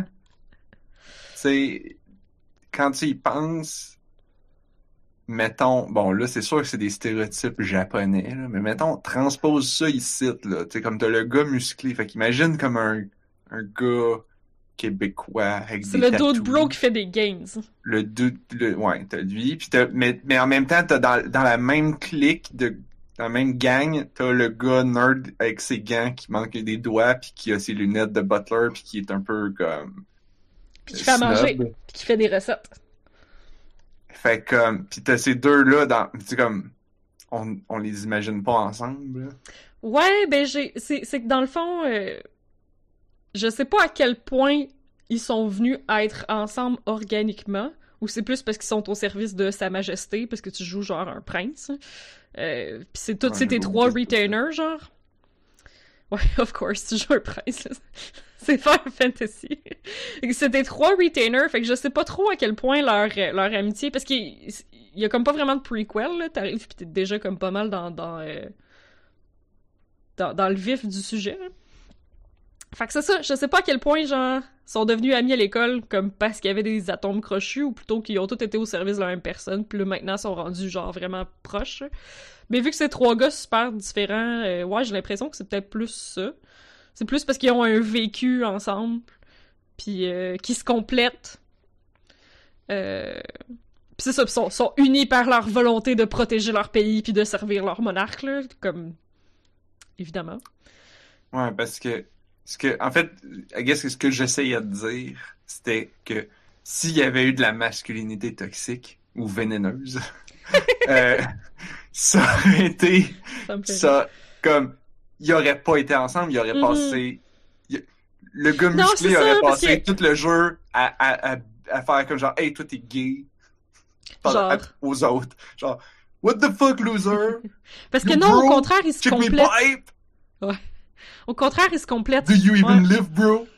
c'est. Quand tu y penses, mettons. Bon, là, c'est sûr que c'est des stéréotypes japonais, là, mais mettons, transpose ça ici, là. Tu sais, comme t'as le gars musclé. Fait qu'imagine comme un, un gars québécois avec C'est des le dude tattoos. bro qui fait des gains. Le dude, le, ouais, t'as lui. Puis t'as, mais, mais en même temps, t'as dans, dans la même clique de. Dans la même gang, t'as le gars nerd avec ses gants qui manque des doigts puis qui a ses lunettes de butler puis qui est un peu comme Puis qui fait à manger. snob. Puis qui fait des recettes. Fait que comme puis t'as ces deux là dans c'est comme on on les imagine pas ensemble. Là. Ouais, ben j'ai c'est c'est que dans le fond euh, je sais pas à quel point ils sont venus être ensemble organiquement ou c'est plus parce qu'ils sont au service de Sa Majesté parce que tu joues genre un prince. Euh, pis c'est tout, Ouais, c'est tes j'avoue, trois qu'est-ce que c'est retainers, genre. Ouais, of course, tu joues un prince, là. C'est Final Fantasy. C'est tes trois retainers, fait que je sais pas trop à quel point leur, leur amitié, parce qu'il y a comme pas vraiment de prequel, là. T'arrives pis t'es déjà comme pas mal dans, dans, euh, dans, dans le vif du sujet, là. Fait que c'est ça, je sais pas à quel point, genre, sont devenus amis à l'école, comme parce qu'il y avait des atomes crochus, ou plutôt qu'ils ont tous été au service de la même personne, puis là, maintenant, sont rendus, genre, vraiment proches. Mais vu que c'est trois gars super différents, euh, ouais, j'ai l'impression que c'est peut-être plus ça. C'est plus parce qu'ils ont un vécu ensemble, puis euh, qui se complètent. Euh... Puis c'est ça, ils sont, sont unis par leur volonté de protéger leur pays, puis de servir leur monarque, là, comme... Évidemment. Ouais, parce que ce que en fait, I guess que ce que j'essayais de dire, c'était que s'il y avait eu de la masculinité toxique ou vénéneuse, euh, ça aurait été Ça me fait rire. ça comme ils auraient pas été ensemble, ils auraient Mhm. passé il- le gars Non, musclé c'est ça, aurait parce passé que- tout le jeu à, à, à, à faire comme genre hey toi t'es gay Par- Genre. à- aux autres genre what the fuck loser Parce que You non, au bro, contraire, ils se check me complètent. pipe Au contraire, ils se complètent. do you even Ouais. live bro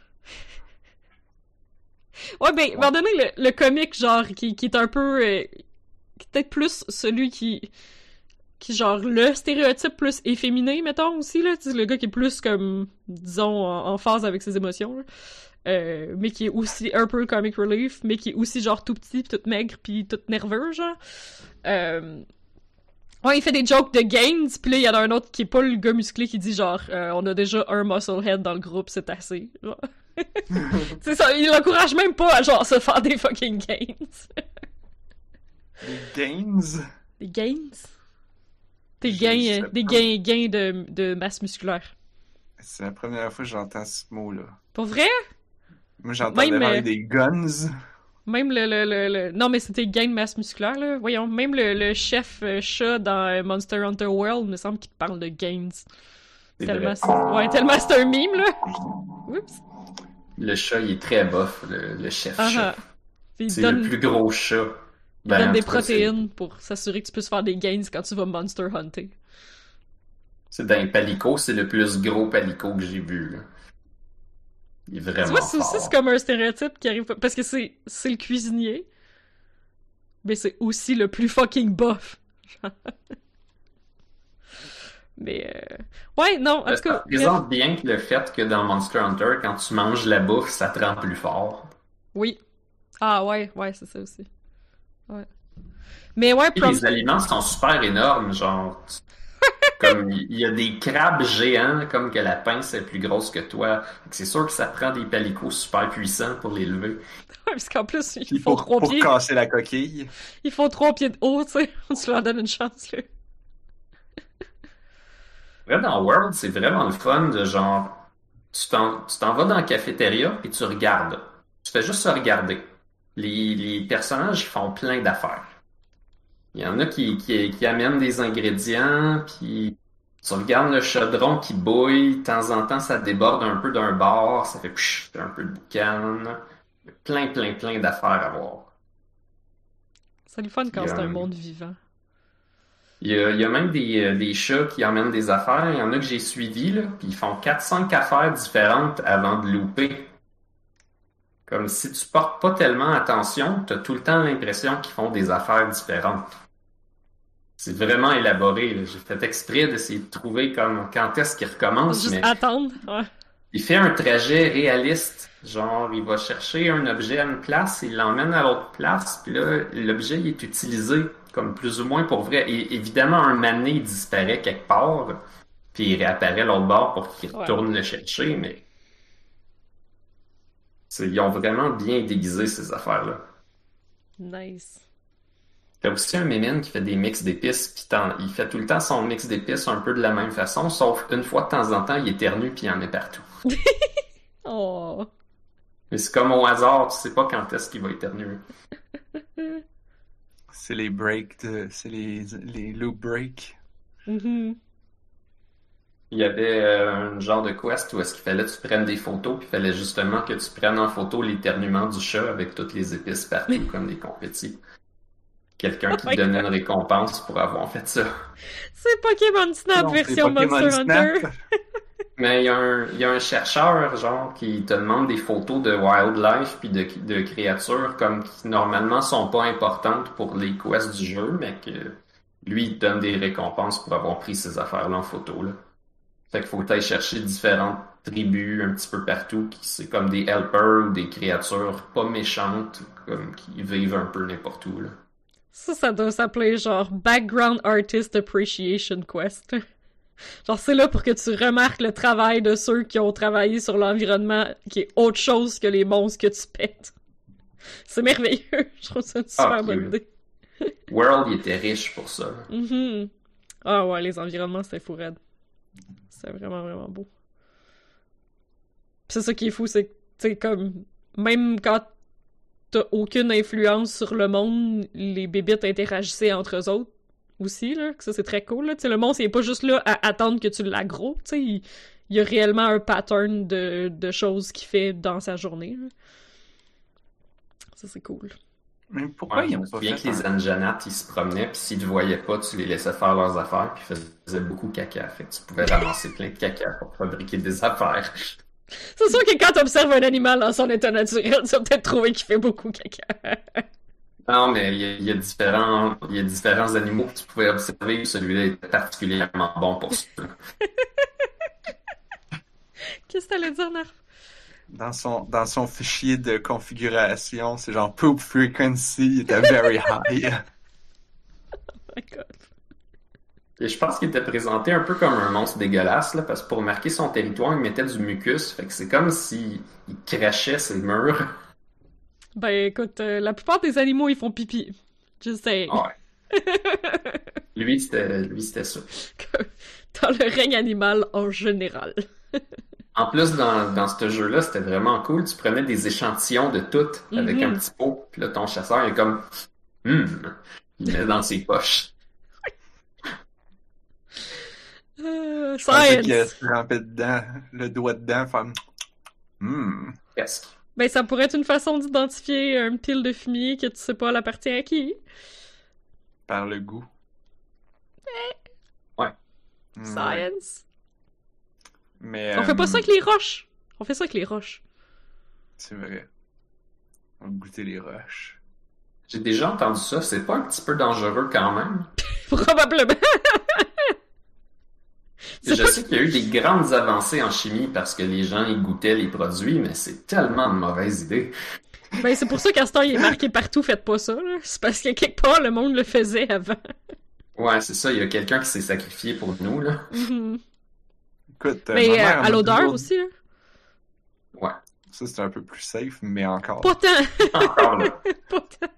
Ouais, ben, à un moment donné, le, le comique, genre, qui, qui est un peu... euh, qui est peut-être plus celui qui... qui, genre, le stéréotype plus efféminé, mettons, aussi, là. Tu sais, le gars qui est plus, comme, disons, en, en phase avec ses émotions, là. Euh, mais qui est aussi un peu comic relief, mais qui est aussi, genre, tout petit, pis tout maigre, pis tout nerveux, genre. Euh... Ouais, il fait des jokes de gains, pis là, il y en a un autre qui est pas le gars musclé qui dit, genre, euh, on a déjà un musclehead dans le groupe, c'est assez, genre. C'est ça, il l'encourage même pas à genre se faire des fucking gains. les gains Des gains? Des Je gains, sais euh, des pas. gains, gains de, de masse musculaire. c'est la première fois que j'entends ce mot là Pour vrai? moi j'entendais Même, parler euh, des guns Même le, le, le, le- Non, mais c'était gain de masse musculaire, là. Voyons, même le, le chef euh, chat dans euh, Monster Hunter World, il me semble qu'il te parle de gains. C'est Tellement vrai. c'est... Ouais, tellement c'est un meme, là. Oups. Le chat, il est très bof, le, le chef Ah, chat. ah. Puis il C'est donne, le plus gros chat. il Ben, donne en des tout cas, c'est- protéines pour s'assurer que tu puisses faire des gains quand tu vas Monster Hunter. C'est dans les palicots, c'est le plus gros palicot que j'ai vu, là. Il est vraiment Tu vois, ça aussi, fort. c'est comme un stéréotype qui arrive pas- parce que c'est c'est le cuisinier, mais c'est aussi le plus fucking bof. Mais euh... ouais, non, en Euh, tout cas, Ça présente bien que le fait que dans Monster Hunter, quand tu manges la bouffe, ça te rend plus fort. bref, oui. Ah ouais, ouais, c'est ça aussi. Ouais. Mais ouais, Et prom... les aliments sont super énormes, genre... tu- Comme il y a des crabes géants, comme que la pince est plus grosse que toi. C'est sûr que ça prend des palicots super puissants pour les lever. parce qu'en plus, ils Puis font pour, trois pour pieds. casser la coquille Ils font trois pieds de haut, tu sais. Tu leur donnes une chance, là. Vrai, dans World, c'est vraiment le fun de genre... Tu t'en, tu t'en vas dans la cafétéria puis tu regardes. Tu fais juste se regarder. Les, les personnages, ils font plein d'affaires. Il y en a qui, qui, qui amènent des ingrédients, puis tu regardes le chaudron qui bouille, de temps en temps ça déborde un peu d'un bord, ça fait psh, un peu de boucan. Il y a plein, plein, plein d'affaires à voir. C'est le fun quand Il y a c'est un un- monde vivant. Il y a, il y a même des, euh, des chats qui emmènent des affaires. Il y en a que j'ai suivis, là, puis ils font quatre cinq affaires différentes avant de louper. Comme si tu portes pas tellement attention, t'as tout le temps l'impression qu'ils font des affaires différentes. c'est vraiment élaboré, là. J'ai fait exprès d'essayer de trouver comme quand est-ce qu'il recommence, Juste mais attendre. Ouais. il fait un trajet réaliste. Genre, il va chercher un objet à une place, il l'emmène à l'autre place, puis là, l'objet il est utilisé comme plus ou moins pour vrai. Et évidemment, un mané il disparaît quelque part, puis il réapparaît à l'autre bord pour qu'il Ouais. retourne le chercher, mais c'est- ils ont vraiment bien déguisé ces affaires-là. Nice. T'as aussi un mémine qui fait des mix d'épices, puis t'en- il fait tout le temps son mix d'épices un peu de la même façon, sauf une fois de temps en temps, il éternue puis il en met partout. Oh. Mais c'est comme au hasard, tu sais pas quand est-ce qu'il va éternuer. C'est les breaks, de... c'est les, les loop breaks. Mhm. Il y avait euh, un genre de quest où est-ce qu'il fallait que tu prennes des photos, puis il fallait justement que tu prennes en photo l'éternuement du chat avec toutes les épices partout, comme des confettis. Quelqu'un Oh qui my te donnait God. une récompense pour avoir fait ça. C'est Pokémon Snap Non, c'est version Pokémon Monster Hunter. Snap. Mais il y a un, il y a un chercheur, genre, qui te demande des photos de wildlife puis de, de créatures comme qui normalement sont pas importantes pour les quests du jeu, mais que lui, il te donne des récompenses pour avoir pris ces affaires-là en photo, là. Fait qu'il faut que t'ailles chercher différentes tribus un petit peu partout, qui c'est comme des helpers ou des créatures pas méchantes, comme qui vivent un peu n'importe où, là. Ça, ça doit s'appeler genre Background Artist Appreciation Quest. Genre, c'est là pour que tu remarques le travail de ceux qui ont travaillé sur l'environnement, qui est autre chose que les monstres que tu pètes. C'est merveilleux. Je trouve ça une super Ah, bonne puis, idée. World, il était riche pour ça, là. Mhm. Ah ouais, les environnements, c'était fou raide. C'est vraiment, vraiment beau. Pis c'est ça qui est fou, c'est que, tu sais, comme, même quand t'as aucune influence sur le monde, les bébites interagissaient entre eux autres aussi, là, que ça c'est très cool, là. Tu sais, le monstre il est pas juste là à attendre que tu l'aggro, tu sais, il, il y a réellement un pattern de, de choses qu'il fait dans sa journée, là. Ça c'est cool. Mais pourquoi Ouais, ils je ont me pas souviens fait que les un... Anjanath, ils se promenaient, puis s'ils te voyaient pas, tu les laissais faire leurs affaires, puis ils faisaient beaucoup caca. Fait que tu pouvais ramasser plein de caca pour fabriquer des affaires. C'est sûr que quand t'observes un animal dans son état naturel, tu vas peut-être trouver qu'il fait beaucoup caca. Non, mais il y a, il y a différents, il y a différents animaux que tu pouvais observer, celui-là était particulièrement bon pour ça. Qu'est-ce que t'allais dire, Narf? Dans son, dans son fichier de configuration, c'est genre poop frequency était very high. Oh my god. Et je pense qu'il était présenté un peu comme un monstre dégueulasse, là, parce que pour marquer son territoire, il mettait du mucus, fait que c'est comme s'il il crachait ses murs. Ben écoute, euh, la plupart des animaux ils font pipi. Just saying. Ouais. Lui, c'était, lui, c'était ça. Dans le règne animal en général. En plus, dans, dans ce jeu-là, c'était vraiment cool. Tu prenais des échantillons de tout avec Mhm. un petit pot. Puis là, ton chasseur il est comme, hum, il met dans ses poches. Euh, Je pensais qu'il science! se trempait dedans, le doigt dedans, faire hmm. Presque. Ben ça pourrait être une façon d'identifier un pile de fumier que tu sais pas elle appartient à qui. Par le goût. Ouais. Hmm, ouais. Science! Mais On fait pas euh, ça avec les roches! On fait ça avec les roches. c'est vrai. On va goûter les roches. J'ai déjà entendu ça. C'est pas un petit peu dangereux quand même. Probablement! C'est Je pas- sais qu'il y a eu des grandes avancées en chimie parce que les gens y goûtaient les produits, mais c'est tellement une mauvaise idée. Ben c'est pour ça qu'à ce temps il est marqué partout, faites pas ça, là. C'est parce que quelque part le monde le faisait avant. Ouais, c'est ça. Il y a quelqu'un qui s'est sacrifié pour nous, là. Mhm. Écoute, euh, ma Mais euh, mère à m'a l'odeur toujours- aussi, là. Ouais. Ça, c'est un peu plus safe, mais encore. Pas tant! Encore là. Pas tant.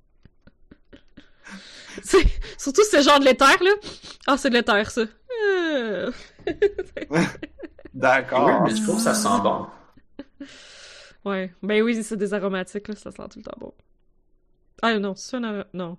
C'est... Surtout ce genre de l'éther, là. Ah, c'est de l'éther, ça. Euh. D'accord. Oui, mais je trouve que ça sent bon. Ouais. Ben oui, c'est des aromatiques, là. Ça sent tout le temps bon. Ah non, c'est un ar- Non.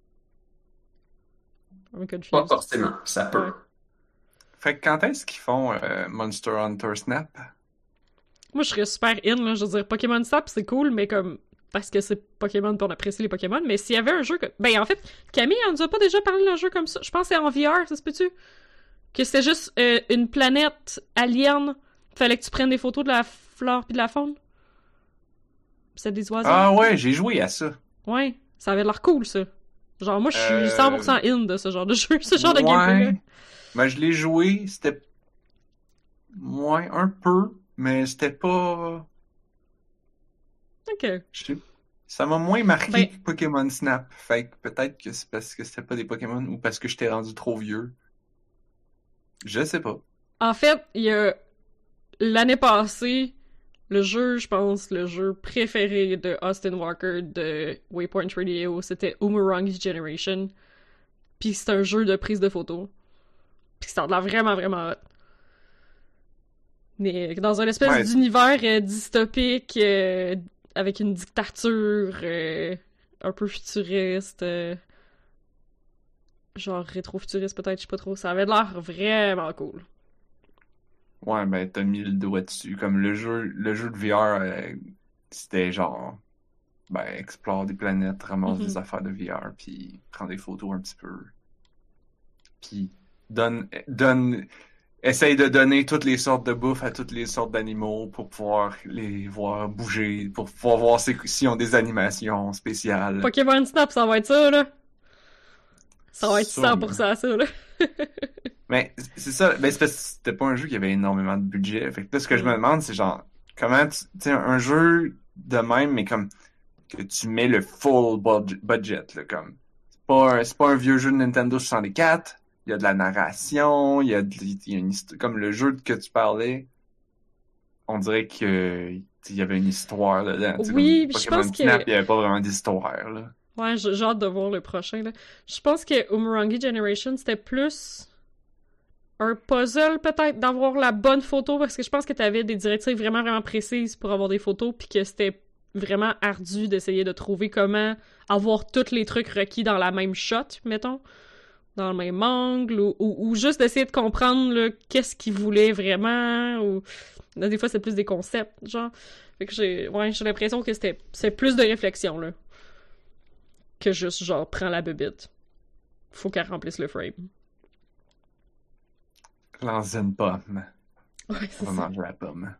I'm confused. Pas forcément. Ça peut. Ouais. Fait que quand est-ce qu'ils font euh, Monster Hunter Snap? Moi, je serais super in, là. Je veux dire, Pokémon Snap, c'est cool, mais comme... Parce que c'est Pokémon, puis on apprécie les Pokémon. Mais s'il y avait un jeu... Que... Ben, en fait, Camille, on nous a pas déjà parlé d'un jeu comme ça. Je pense que c'est en V R, ça se peut-tu? Que c'était juste euh, une planète alien. Fallait que tu prennes des photos de la flore puis de la faune. Puis c'était des oiseaux. Ah ouais, j'ai joué à ça. Ouais, ça avait l'air cool, ça. Genre, moi, je suis Euh, cent pour cent in de ce genre de jeu, ce genre de gameplay-là. Ouais. Ben, je l'ai joué, c'était moins un peu, mais c'était pas. Ok. Je sais- Ça m'a moins marqué Ben, que Pokémon Snap. Fait que peut-être que c'est parce que c'était pas des Pokémon ou parce que j'étais rendu trop vieux. Je sais pas. en fait, il y a l'année passée, le jeu, je pense, le jeu préféré de Austin Walker de Waypoint Radio, c'était Umurangi Generation. Puis c'est un jeu de prise de photos. Puis ça a l'air vraiment, vraiment hot. Mais dans un espèce Ouais. d'univers euh, dystopique, euh, avec une dictature euh, un peu futuriste, euh, genre rétro-futuriste peut-être, je sais pas trop. Ça avait l'air vraiment cool. Ouais, ben t'as mis le doigt dessus. Comme le jeu, le jeu de V R, euh, c'était genre, ben explore des planètes, ramasse Mhm. des affaires de V R, puis prends des photos un petit peu. Puis donne, donne, essaye de donner toutes les sortes de bouffe à toutes les sortes d'animaux pour pouvoir les voir bouger, pour pouvoir voir si- s'ils ont des animations spéciales. Pokémon Snap, ça va être ça, là. Ça va être Sûrement. cent pour cent ça, là. Mais c'est ça, ben c'est parce que c'était pas un jeu qui avait énormément de budget. Fait que là, ce que je me Mm. demande, c'est genre, comment tu, tu sais, un jeu de même, mais comme, que tu mets le full budget, budget, là, comme. C'est pas un, c'est pas un vieux jeu de Nintendo soixante-quatre, il y a de la narration, il y a, de, il y a une histoire, comme le jeu que tu parlais, on dirait que, tu sais, il y avait une histoire dedans. Tu sais, Oui, comme je Pokémon pense que- Snap, il y avait pas vraiment d'histoire, là. Ouais, j'ai j'ai hâte de voir le prochain, là. Je pense que Umurangi Generation, c'était plus un puzzle, peut-être, d'avoir la bonne photo, parce que je pense que t'avais des directives vraiment, vraiment précises pour avoir des photos, puis que c'était vraiment ardu d'essayer de trouver comment avoir tous les trucs requis dans la même shot, mettons, dans le même angle, ou, ou, ou juste d'essayer de comprendre, là, qu'est-ce qu'il voulait vraiment, ou... Là, des fois, c'est plus des concepts, genre. Fait que j'ai... Ouais, j'ai l'impression que c'était c'est plus de réflexion, là. Que juste, genre, prends la bébite. Faut qu'elle remplisse le frame. Lance une pomme. Ouais, c'est On va ça. manger la pomme.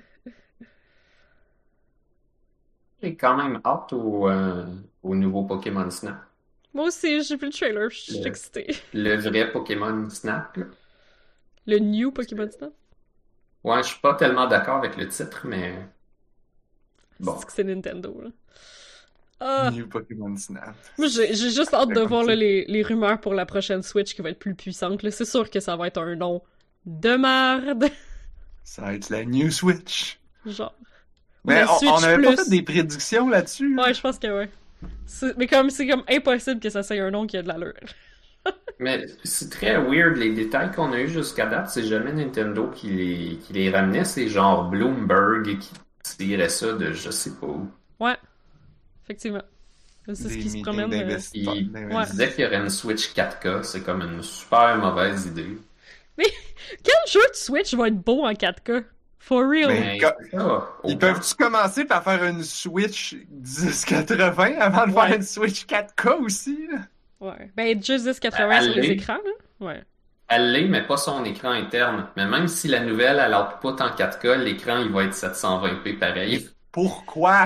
J'ai quand même hâte au, euh, au nouveau Pokémon Snap. Moi aussi, j'ai vu le trailer, je suis Le- excitée. Le vrai Pokémon Snap, là. Le new Pokémon Snap. Ouais, je suis pas tellement d'accord avec le titre, mais bon. C'est que c'est Nintendo, là. Ah! New Pokémon Snap. Moi, j'ai j'ai juste hâte de Comme voir ça. là, les, les rumeurs pour la prochaine Switch qui va être plus puissante. là. C'est sûr que ça va être un nom de merde. Ça va être la New Switch. Genre. Mais la on, Switch on avait pas Plus. fait des prédictions là-dessus. Ouais, je pense que ouais. C'est- Mais comme c'est comme impossible que ça soit un nom qui a de l'allure. Mais c'est très weird, les détails qu'on a eu jusqu'à date, c'est jamais Nintendo qui les, qui les ramenait, c'est genre Bloomberg qui tirait ça de je sais pas où. Ouais. Effectivement. C'est ce Des qui se meetings promène. euh, d'investisseurs. Il, d'investisseurs. il Ouais. disait qu'il y aurait une Switch quatre K, c'est comme une super mauvaise idée. Quel jeu de Switch va être beau en quatre K? For real? Mais- Mais quand- c'est ça, Ils aucun. peuvent-tu commencer par faire une Switch dix quatre-vingts avant de Ouais. faire une Switch quatre K aussi? là? Ouais. Ben, juste dix quatre-vingts sur les Allez. écrans, là. Ouais. Elle l'est, mais pas son écran interne. Mais même si la nouvelle, elle output en quatre K, l'écran, il va être sept cent vingt p pareil. Pourquoi?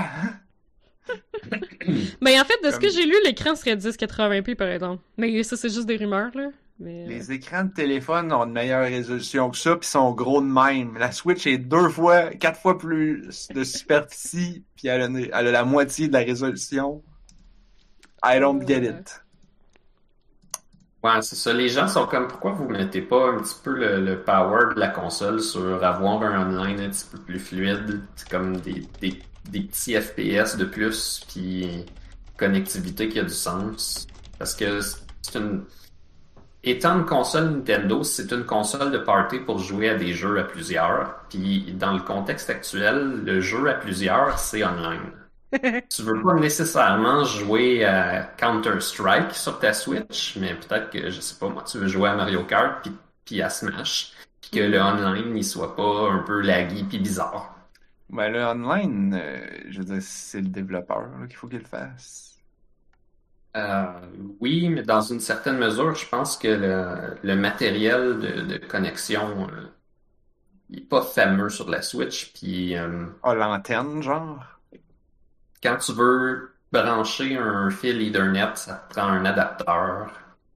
Mais en fait, de ce Comme- que j'ai lu, l'écran serait dix quatre-vingts p par exemple. Mais ça, c'est juste des rumeurs, là. Mais... euh, Les écrans de téléphone ont une meilleure résolution que ça, puis sont gros de même. La Switch est deux fois, quatre fois plus de superficie, puis elle a, une- elle a la moitié de la résolution. I don't get it. Ouais, c'est ça. Les gens sont comme, pourquoi vous mettez pas un petit peu le, le power de la console sur avoir un online un petit peu plus fluide, c'est comme des, des, des petits F P S de plus, puis connectivité qui a du sens. Parce que c'est une... Étant une console Nintendo, c'est une console de party pour jouer à des jeux à plusieurs. Puis dans le contexte actuel, le jeu à plusieurs, c'est online. Tu veux pas nécessairement jouer à Counter-Strike sur ta Switch, mais peut-être que, je sais pas moi, tu veux jouer à Mario Kart puis, puis à Smash, puis que le online, il soit pas un peu laggy puis bizarre. Ben, le online, euh, je veux dire, c'est le développeur là, qu'il faut qu'il le fasse. Euh, oui, mais dans une certaine mesure, je pense que le, le matériel de, de connexion, euh, il est pas fameux sur la Switch, puis euh, Ah, l'antenne, genre? quand tu veux brancher un fil Ethernet, ça te prend un adapteur.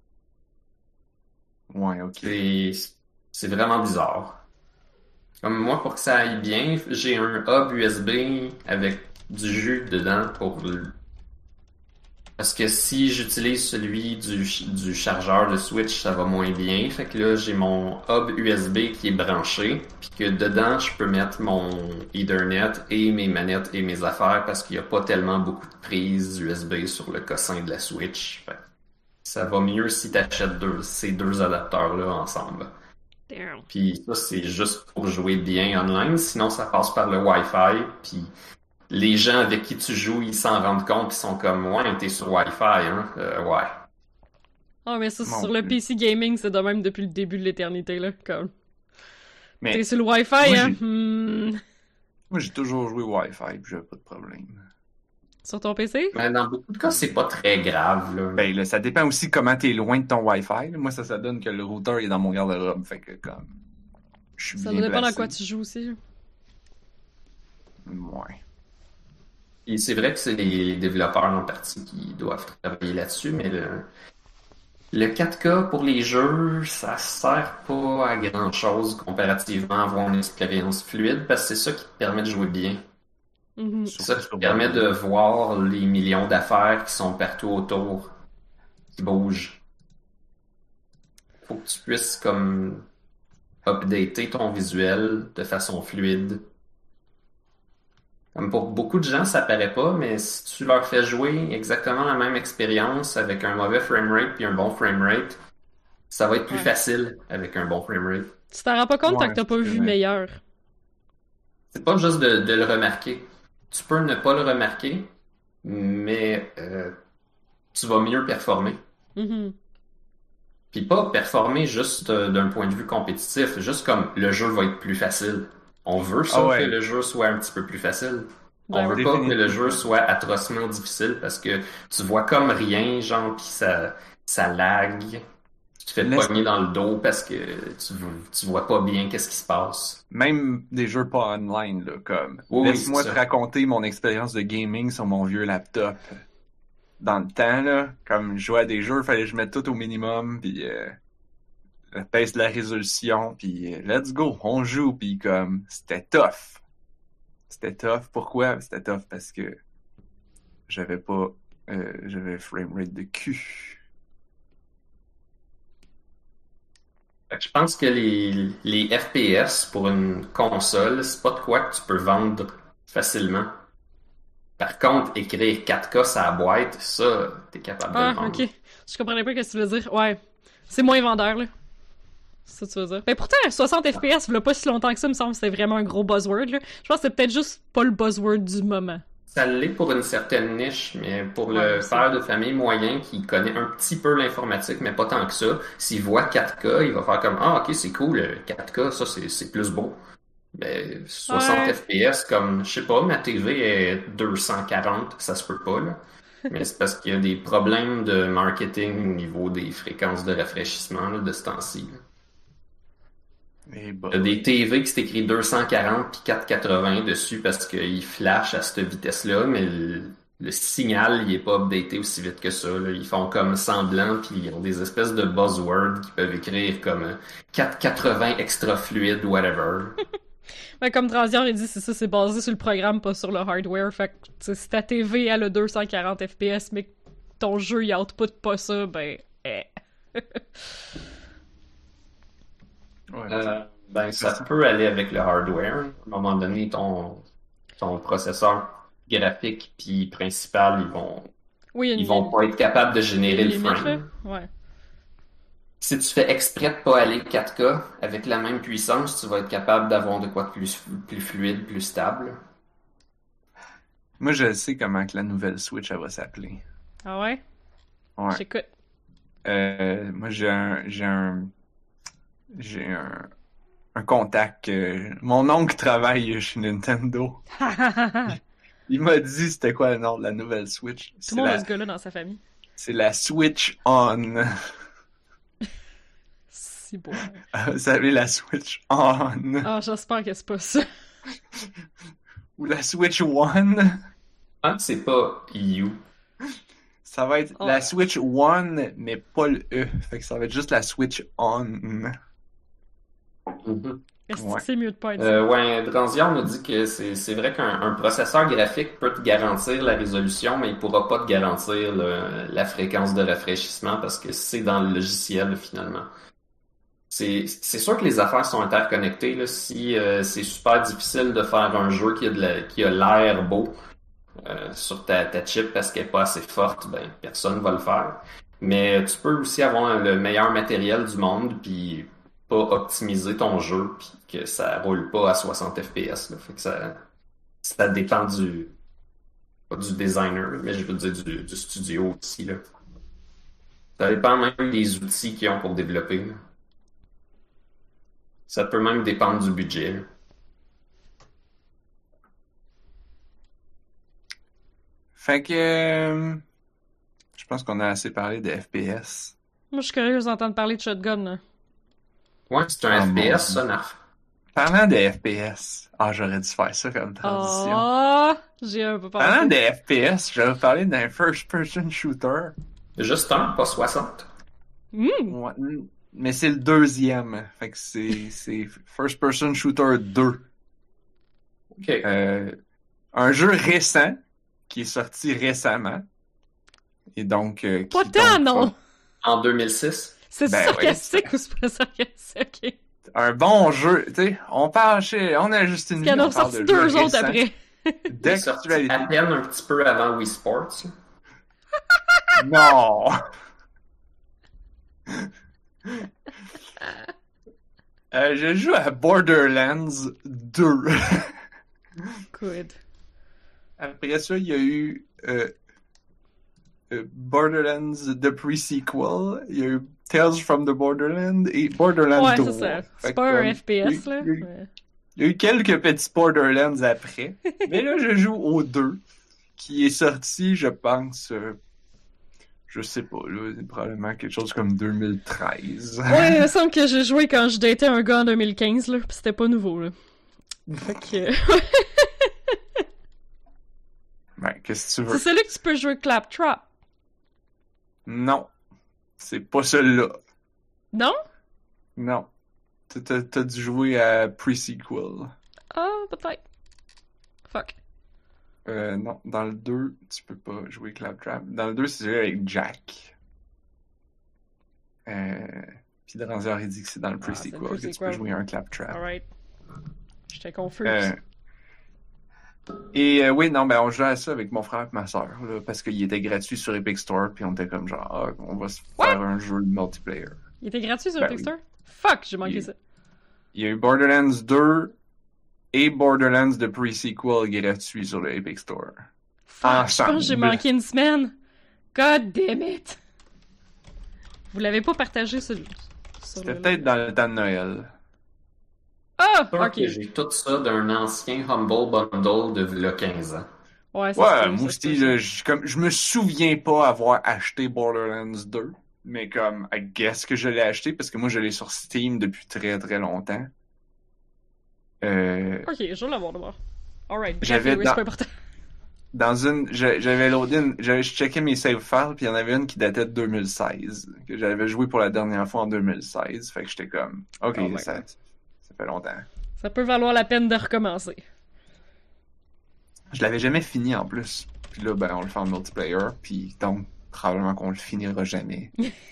Ouais, ok. C'est, c'est vraiment bizarre. Comme moi, pour que ça aille bien, j'ai un hub U S B avec du jus dedans pour le... Parce que si j'utilise celui du, du chargeur de Switch, ça va moins bien. Fait que là, j'ai mon hub U S B qui est branché, puis que dedans, je peux mettre mon Ethernet et mes manettes et mes affaires parce qu'il n'y a pas tellement beaucoup de prises U S B sur le cossin de la Switch. Fait que ça va mieux si tu achètes deux, ces deux adapteurs-là ensemble. Damn. Puis ça, c'est juste pour jouer bien online. Sinon, ça passe par le Wi-Fi, puis les gens avec qui tu joues, ils s'en rendent compte, ils sont comme, ouais, t'es sur Wi-Fi, hein? Euh, ouais. Ah, mais ça, Mon sur le Dieu. P C gaming, c'est de même depuis le début de l'éternité, là. Comme, Mais t'es sur le Wi-Fi, moi, hein? j'ai- Hmm. moi, j'ai toujours joué Wi-Fi, puis j'avais pas de problème. Sur ton P C? Mais dans beaucoup de cas, c'est pas très grave, là. Ben là, ça dépend aussi comment t'es loin de ton Wi-Fi. là. Moi, ça, ça donne que le routeur est dans mon garde-robe, fait que comme... Je suis Ça bien dépend dans placé. quoi tu joues aussi. Ouais. Et c'est vrai que c'est les développeurs en partie qui doivent travailler là-dessus, mais le, le quatre K pour les jeux, ça sert pas à grand-chose comparativement à avoir une expérience fluide, parce que c'est ça qui te permet de jouer bien. Mhm. C'est ça qui te permet de voir les millions d'affaires qui sont partout autour, qui bougent. Faut que tu puisses comme updater ton visuel de façon fluide. Comme pour beaucoup de gens, ça paraît pas, mais si tu leur fais jouer exactement la même expérience avec un mauvais framerate puis un bon framerate, ça va être plus Ouais. facile avec un bon framerate. Tu t'en rends pas compte tant Ouais, que t'as pas c'est vu vrai. meilleur. C'est pas juste de, de le remarquer. Tu peux ne pas le remarquer, mais euh, tu vas mieux performer. Mhm. Puis pas performer juste euh, d'un point de vue compétitif, juste comme le jeu va être plus facile. On veut ça, Ah ouais. que le jeu soit un petit peu plus facile. Ben On veut oui. pas que le Définitivement. jeu soit atrocement difficile parce que tu vois comme rien, genre, pis ça, ça lag. Tu te fais Laisse- pogner dans le dos parce que tu, tu vois pas bien qu'est-ce qui se passe. Même des jeux pas online, là, comme... Oui, oui, Laisse-moi c'est te ça. raconter mon expérience de gaming sur mon vieux laptop. Dans le temps, là, comme je jouais à des jeux, fallait que je mette tout au minimum, puis euh, la baisse de la résolution, puis euh, let's go, on joue, puis comme, c'était tough. C'était tough. Pourquoi c'était tough? Parce que j'avais pas... euh, j'avais framerate de cul. Fait que je pense que les, les F P S pour une console, c'est pas de quoi que tu peux vendre facilement. Par contre, écrire quatre K sur la boîte, ça, t'es capable de le Ah, vendre. ok. Je comprenais pas ce que tu veux dire. Ouais. C'est moins vendeur, là. C'est ça que tu veux dire. Mais pourtant, soixante F P S, il y a pas si longtemps que ça, me semble que c'était vraiment un gros buzzword, là. Je pense que c'est peut-être juste pas le buzzword du moment. Ça l'est pour une certaine niche, mais pour Ouais, le aussi. père de famille moyen qui connaît un petit peu l'informatique, mais pas tant que ça, s'il voit quatre K, il va faire comme « Ah, ok, c'est cool, euh, quatre K, ça, c'est c'est plus beau. » Ben, soixante Ouais. F P S, comme, je sais pas, ma T V est deux cent quarante, ça se peut pas, là. Mais c'est parce qu'il y a des problèmes de marketing au niveau des fréquences de rafraîchissement, là, de ce temps-ci, là. Et bah, Il y a des T V qui c'est écrit deux cent quarante puis quatre cent quatre-vingts dessus parce qu'ils flashent à cette vitesse-là, mais le, le signal, il est pas updaté aussi vite que ça, là. Ils font comme semblant, puis ils ont des espèces de buzzwords qui peuvent écrire comme euh, quatre cent quatre-vingts extra fluide, whatever. Ouais, comme Transition, il dit, c'est ça, c'est basé sur le programme, pas sur le hardware. Fait que, tu sais, si ta T V, elle a deux cent quarante F P S, mais que ton jeu, il output pas ça, ben, eh. ouais, Euh, ben, ça peut aller avec le hardware. À un moment donné, ton, ton processeur graphique puis principal, ils vont, Oui, il y a une, ils vont pas être capables de il y a générer une le limite, là. frame. Ouais. Si tu fais exprès de pas aller quatre K avec la même puissance, tu vas être capable d'avoir de quoi de plus, plus fluide, plus stable. moi, je sais comment que la nouvelle Switch, elle va s'appeler. Ah ouais? Ouais. J'écoute. Euh, moi, j'ai un, j'ai un, j'ai un, un contact. euh, mon oncle travaille chez Nintendo. Il m'a dit c'était quoi le nom de la nouvelle Switch. Tout C'est le monde a la, ce gars-là dans sa famille. c'est la Switch On. Si beau. Vous savez, la Switch On. Ah, j'espère que c'est pas ça. Ou la Switch One. Ah, c'est pas E U. Ça va être Ouais. la Switch One, mais pas le E. Fait que ça va être juste la Switch On. Mhm. Est-ce Ouais. que c'est mieux de pas être Euh, ça? ouais, Dranzian nous dit que c'est c'est vrai qu'un un processeur graphique peut te garantir la résolution, mais il pourra pas te garantir le- la fréquence de rafraîchissement parce que c'est dans le logiciel finalement. C'est c'est sûr que les affaires sont interconnectées là. Si euh, c'est super difficile de faire un jeu qui a de la- qui a l'air beau euh, sur ta, ta chip parce qu'elle est pas assez forte, ben personne va le faire. Mais tu peux aussi avoir le meilleur matériel du monde puis pas optimiser ton jeu puis que ça roule pas à soixante F P S là. Fait que ça ça dépend du pas du designer, mais je veux dire du, du studio aussi là. Ça dépend même des outils qu'ils ont pour développer, là. Ça peut même dépendre du budget, là. Fait que... euh, je pense qu'on a assez parlé de F P S. Moi, je suis curieuse d'entendre parler de Shotgun, là. Ouais, c'est un Ah, F P S, mon ça, Narf. Parlant de F P S... Ah, j'aurais dû faire ça comme transition. Oh, j'ai un peu Parlant pensé. de F P S, je vais vous parler d'un first-person shooter. Juste un, pas soixante. Hmm. Ouais, mais c'est le deuxième. Fait que c'est c'est first-person shooter deux. Ok. Euh, un jeu récent qui est sorti récemment. Et donc... euh, Pas qui, tant, donc, non! En deux mille six. C'est Ben sarcastique ou c'est pas sarcastique? Ok. Un bon jeu, tu sais, on parle chez, on a juste une Il y en vie, a on parle sorti de deux jeux autres récents, après. Il est sorti d'actualité. à peine un petit peu avant Wii Sports. Non! Euh, je joue à Borderlands deux. Good. Après ça, il y a eu euh, euh, Borderlands The Pre-Sequel, il y a eu Tales from the Borderlands et Borderlands Ouais, deux. c'est ça. Fait C'est que, pas un comme, F P S, il y a là. eu- Ouais. Il y a eu quelques petits Borderlands après. Mais là, je joue au deux, qui est sorti, je pense, euh, je sais pas, là, probablement quelque chose comme deux mille treize. Ouais, il me semble que j'ai joué quand je datais un gars en deux mille quinze, là, pis c'était pas nouveau, là. Fait que... Ben, qu'est-ce que tu c'est veux? celui que tu peux jouer Claptrap. Non. C'est pas celui-là. Non? Non. T'as- T'as t'as dû jouer à Pre-Sequel. Ah, peut-être. Fuck. Euh, non, dans le deux, tu peux pas jouer Claptrap. Dans le deux, c'est celui avec Jack. Euh... Puis Dranzer, il dit que c'est dans le Ah, c'est Pre-Sequel le que tu peux pre-sequel. jouer un Claptrap. Alright. J'étais confuse. Euh, Et euh, oui, non, ben on jouait à ça avec mon frère et ma soeur, là, parce qu'il était gratuit sur Epic Store, puis on était comme genre, ah, on va se faire un jeu de multiplayer. Il était gratuit sur ben Epic oui. Store? Fuck, j'ai manqué Il- ça. Il y a eu Borderlands deux et Borderlands de Pre-Sequel gratuit sur le Epic Store. Fuck, je Ensemble. pense que j'ai manqué une semaine. God damn it! Vous l'avez pas partagé sur, sur C'était le... peut-être dans le temps de Noël. Ah! Je Ok. que j'ai tout ça d'un ancien Humble Bundle de v'là quinze ans. Ouais, ça Ouais, se peut, moi ça se aussi, peut, là, ça. je, comme, je me souviens pas avoir acheté Borderlands deux, mais comme, I guess que je l'ai acheté parce que moi, je l'ai sur Steam depuis très très longtemps. Euh, Ok, je vais l'avoir d'abord. Alright, J'avais oui, dans- c'est pas important. dans une, je- j'avais loadé une, j'avais je checkais mes save files, puis il y en avait une qui datait de deux mille seize, que j'avais joué pour la dernière fois en deux mille seize, fait que j'étais comme, ok, Oh my ça, God. ça fait longtemps. Ça peut valoir la peine de recommencer. Je l'avais jamais fini en plus. Puis là, ben, on le fait en multiplayer, puis donc, probablement qu'on le finira jamais.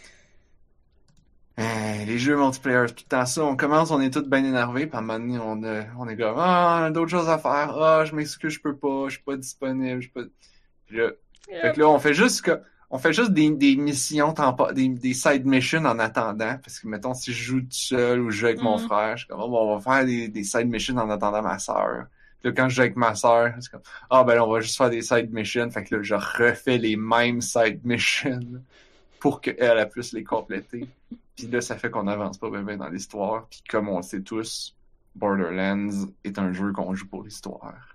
Euh, les jeux multiplayer, c'est tout le temps ça. On commence, on est tous bien énervés, puis à un moment donné, on, a- on est comme, ah, on a d'autres choses à faire. Ah, je m'excuse, je peux pas, je suis pas disponible, je suis pas... Puis là, fait que là, on fait juste que, on fait juste des, des missions, tempo- des, des side missions en attendant. Parce que, mettons, si je joue tout seul ou je joue avec mon Mhm. frère, je suis comme, oh, bon, on va faire des, des side missions en attendant ma soeur. Puis là, quand je joue avec ma soeur, c'est comme, ah, ben là, on va juste faire des side missions. Fait que là, je refais les mêmes side missions pour qu'elle a puisse les compléter. Puis là, ça fait qu'on avance pas bien, bien dans l'histoire. Puis comme on le sait tous, Borderlands est un jeu qu'on joue pour l'histoire.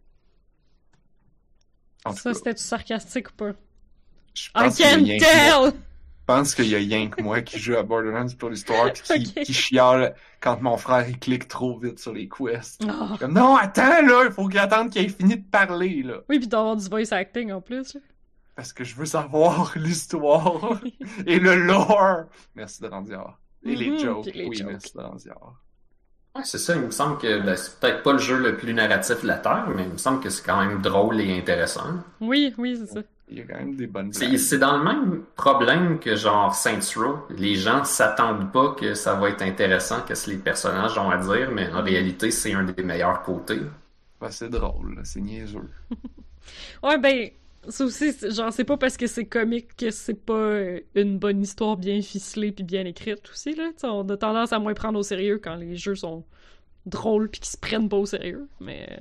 En tout Ça, cas, c'était-tu sarcastique ou pas? je I pense qu'il y a can rien que moi- tell! je pense qu'il y a rien que moi qui joue à Borderlands pour l'histoire puis qui, Ok. qui chiale quand mon frère il clique trop vite sur les quests. Oh. Comme non, attends là, il faut qu'il attende qu'il ait fini de parler là. Oui, pis d'avoir du voice acting en plus. Là. parce que je veux savoir l'histoire et le lore. Merci de Randiard. Et les Mhm, jokes. puis les Oui, jokes. merci de Randiard. Ouais, c'est ça, il me semble que ben, c'est peut-être pas le jeu le plus narratif de la Terre, mais il me semble que c'est quand même drôle et intéressant. Oui, oui, c'est ça. Il y a quand même des bonnes C'est blagues. c'est dans le même problème que genre Saints Row. Les gens s'attendent pas que ça va être intéressant, qu'est-ce que les personnages ont à dire, mais en réalité, c'est un des meilleurs côtés. Ben, c'est drôle, là, c'est niaiseux. Ouais, ben, ça aussi, c'est- genre, c'est pas parce que c'est comique que c'est pas euh, une bonne histoire bien ficelée puis bien écrite aussi, là. T'sais, on a tendance à moins prendre au sérieux quand les jeux sont drôles puis qu'ils se prennent pas au sérieux, mais...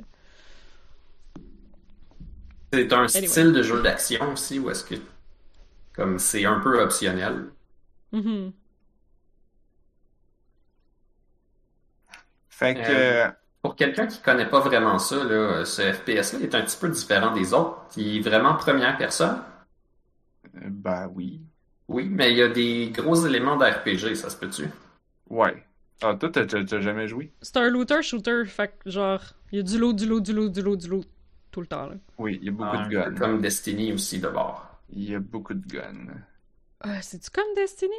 C'est un Anyway. style de jeu d'action aussi, où est-ce que comme c'est un peu optionnel. Mhm. Fait que, Euh, Pour quelqu'un qui connaît pas vraiment ça, là, ce F P S-là est un petit peu différent des autres. Il est vraiment première personne. euh, ben oui. Oui, mais il y a des gros éléments d'R P G, ça se peut-tu? Ouais. Ah, toi, t'as, t'as- t'as jamais joué? C'est un looter-shooter, fait que, genre, il y a du lot, du lot, du lot, du lot, du lot, tout le temps, là. Oui, il y a beaucoup Un de peu guns. comme Destiny aussi de bord. Il y a beaucoup de guns. Euh, c'est-tu comme Destiny?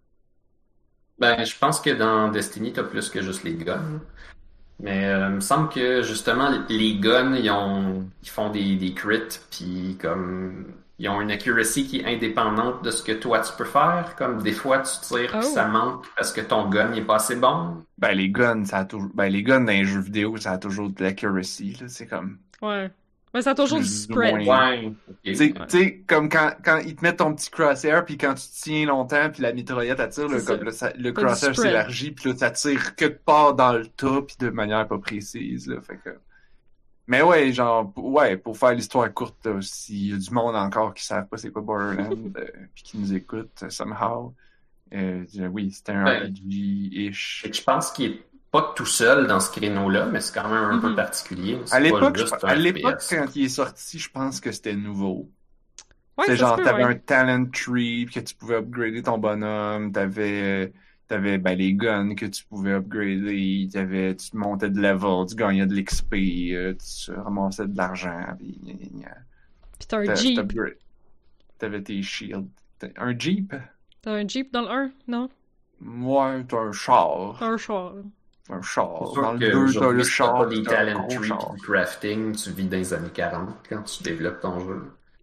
Ben, je pense que dans Destiny, t'as plus que juste les guns. Mais euh, il me semble que justement, les guns, ils ont, ils font des, des crits, puis comme ils ont une accuracy qui est indépendante de ce que toi tu peux faire. Comme des fois, tu tires Oh. puis ça manque parce que ton gun n'est pas assez bon. Ben, les guns, ça a toujours... Ben, les guns dans les jeux vidéo, ça a toujours de l'accuracy, là. C'est comme... Ouais. Ben, ça a toujours du Plus ou spread. moins. Ouais. ok. Tu sais, tu sais, comme quand, quand ils te mettent ton petit crosshair, puis quand tu tiens longtemps, puis la mitraillette attire, le, C'est ça. comme, le, ça- le T'as du crosshair spread. s'élargit, puis là, ça tire quelque part dans le tas, puis de manière pas précise, là, fait que... Mais ouais, genre, p- ouais, pour faire l'histoire courte, là, s'il y a du monde encore qui savent pas c'est quoi Borderlands, euh, puis qui nous écoute, euh, somehow, euh, oui, c'était un Ben, R P G-ish. Fait que je pense qu'il est pas tout seul dans ce créneau-là, mais c'est quand même un peu Mhm. particulier. C'est À pas l'époque, juste je- un à l'époque, F P S. quand il est sorti, je pense que c'était nouveau. Ouais, C'est ça genre, se peut, t'avais ouais. un talent tree, puis que tu pouvais upgrader ton bonhomme, t'avais, euh, t'avais, ben, les guns que tu pouvais upgrader, t'avais, tu montais de level, tu gagnais de l'X P, euh, tu ramassais de l'argent, puis gna, gna, gna. Pis t'as un T'as- Jeep. t'upgrade- T'avais tes shields. T'as- Un Jeep? T'as un Jeep dans le un, non? Ouais, t'as un char. T'as un char. Un char. C'est sûr Dans le deux, t'as qu'aujourd'hui, le si t'as char, pas des c'est un talent gros trees char. pis du crafting, tu vis dans les années quarante quand tu développes ton jeu.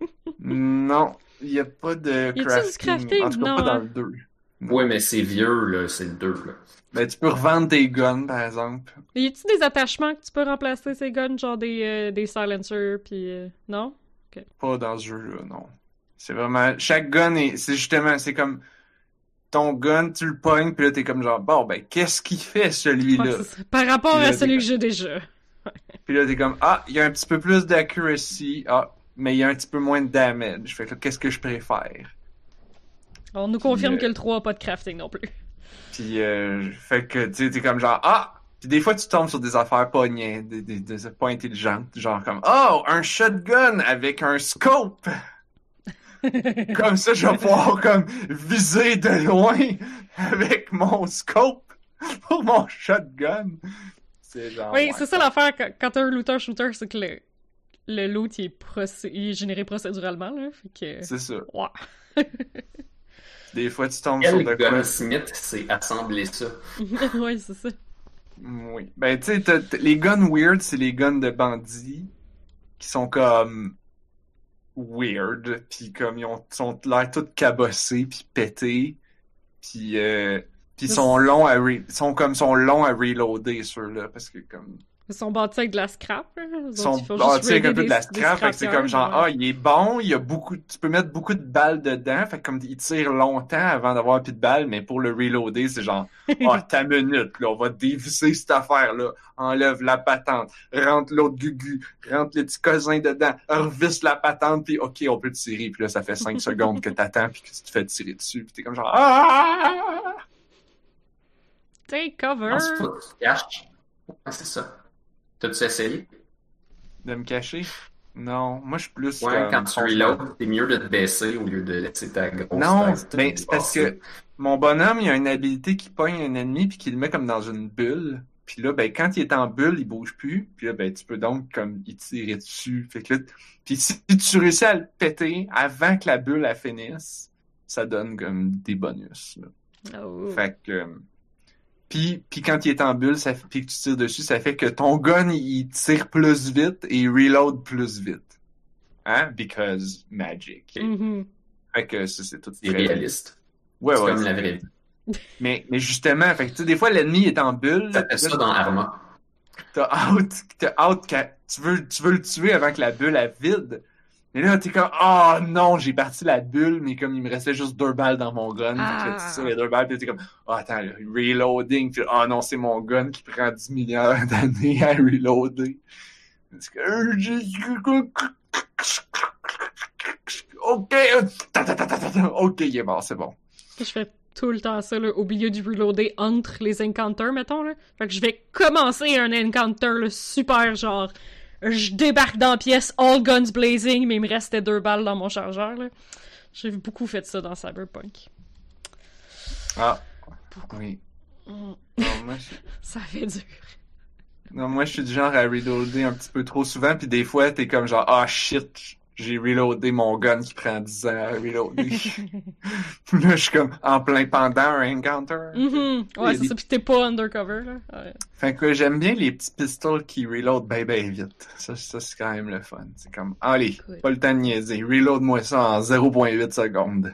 Non, il y a pas de Y a-tu du crafting. crafting? En tout cas, Non, pas dans hein. le deux. Oui, mais c'est vieux, là, c'est le deux, là. Ben, tu peux revendre tes guns, par exemple. Et y a-tu des attachements que tu peux remplacer ces guns, genre des, euh, des silencers, pis euh, non? Pas dans ce jeu-là, non. C'est vraiment... Chaque gun est... C'est justement... C'est comme... Ton gun, tu le pognes, puis là, t'es comme genre... Bon, ben, qu'est-ce qu'il fait, celui-là? Ouais, c'est ça. Par rapport Puis là, à t'es celui comme- que j'ai déjà. Puis là, t'es comme... Ah, il y a un petit peu plus d'accuracy. Ah, mais il y a un petit peu moins de damage. Fait que là, qu'est-ce que je préfère? On nous confirme euh, que le trois a pas de crafting non plus. Puis, euh, fait que, tu sais, t'es comme genre... Ah! Puis des fois, tu tombes sur des affaires pas, nia- des, des, des- pas intelligentes. Genre comme... Oh! Un shotgun avec un scope! Comme ça, je vais pouvoir comme viser de loin avec mon scope pour mon shotgun. C'est genre. Oui, ouais. c'est ça l'affaire quand, quand t'as un looter-shooter, c'est que le, le loot il est, procé- il est généré procéduralement, là. Fait que. C'est ça. Ouais. Des fois, tu tombes sur Quel de quoi. gunsmith s'est assemblé ça? ouais, c'est ça. Oui. Ben, tu sais, t'as- t'as- les guns weird, c'est les guns de bandits qui sont comme weird, puis comme ils ont sont l'air tout cabossés puis pétés, puis euh, puis ils sont longs à re- sont comme sont longs à reloader ceux-là parce que comme Ils sont bâtis avec de la scrap, là. Eux autres, sont il faut ah, juste tu sais raider un peu de la des- des scrap, fait que c'est comme genre scrapières, ah il est bon, il y a beaucoup tu peux mettre beaucoup de balles dedans, fait que comme il tire longtemps avant d'avoir plus de balles, mais pour le reloader c'est genre ah ta minute là on va dévisser cette affaire là, enlève la patente, rentre l'autre gugu, rentre le petit cousin dedans, revisse la patente puis ok on peut tirer puis là ça fait cinq secondes que t'attends puis que tu te fais tirer dessus puis t'es comme genre ah Take cover! Non, c'est pas tu te caches. Ouais, c'est ça. T'as-tu essayé? de me cacher. Non, moi je suis plus Ouais, comme- quand tu reload, c'est mieux de te baisser au lieu de laisser ta grosse Non, tête ben, c'est parce passer. que mon bonhomme, il a une habilité qui pogne un ennemi puis qui le met comme dans une bulle. Puis là, ben, quand il est en bulle, il bouge plus. Puis là, ben, tu peux donc comme y tirer dessus. Fait que là, puis si tu réussis à le péter avant que la bulle elle finisse, ça donne comme des bonus. Là. Oh. Fait que... euh, Puis, puis quand il est en bulle, ça fait, puis que tu tires dessus, ça fait que ton gun, il tire plus vite et il reload plus vite. Hein? Because magic. Mhm. Fait que ça, c'est tout C'est très... réaliste. Ouais, c'est ouais. comme la vraie vie. Mais, mais justement, fait que, tu sais, des fois, l'ennemi est en bulle. Ça fait ça là, dans Arma. T'as hâte, t'as hâte que tu veux, tu veux le tuer avant que la bulle elle vide. Mais là, t'es comme, oh non, j'ai parti la bulle, mais comme il me restait juste deux balles dans mon gun. Ah. Fait que là, tu tires les deux balles, puis t'es comme, oh attends, là, reloading. Puis oh non, c'est mon gun qui prend dix millions d'années à reloader. C'est que, ok, ok, il est mort, c'est bon. Je fais tout le temps ça, là, au milieu du reloader entre les encounters, mettons, là. Fait que je vais commencer un encounter, là, super, genre, je débarque dans la pièce, all guns blazing, mais il me restait deux balles dans mon chargeur, là. J'ai beaucoup fait ça dans Cyberpunk. Ah, Beaucoup. oui. Mm. Non, moi, je... Ça fait dur. non, moi, je suis du genre à reloader un petit peu trop souvent, puis des fois, t'es comme genre, ah, shit, j'ai reloadé mon gun qui prend dix ans à reloader. Puis là, je suis comme en plein pendant un encounter. Mhm. Ouais, c'est ça, pis t'es pas undercover, là. Ouais. Fait que j'aime bien les petits pistoles qui reload ben ben vite. Ça, ça c'est quand même le fun. C'est comme, allez, Cool. pas le temps de niaiser. Reload-moi ça en zéro virgule huit secondes.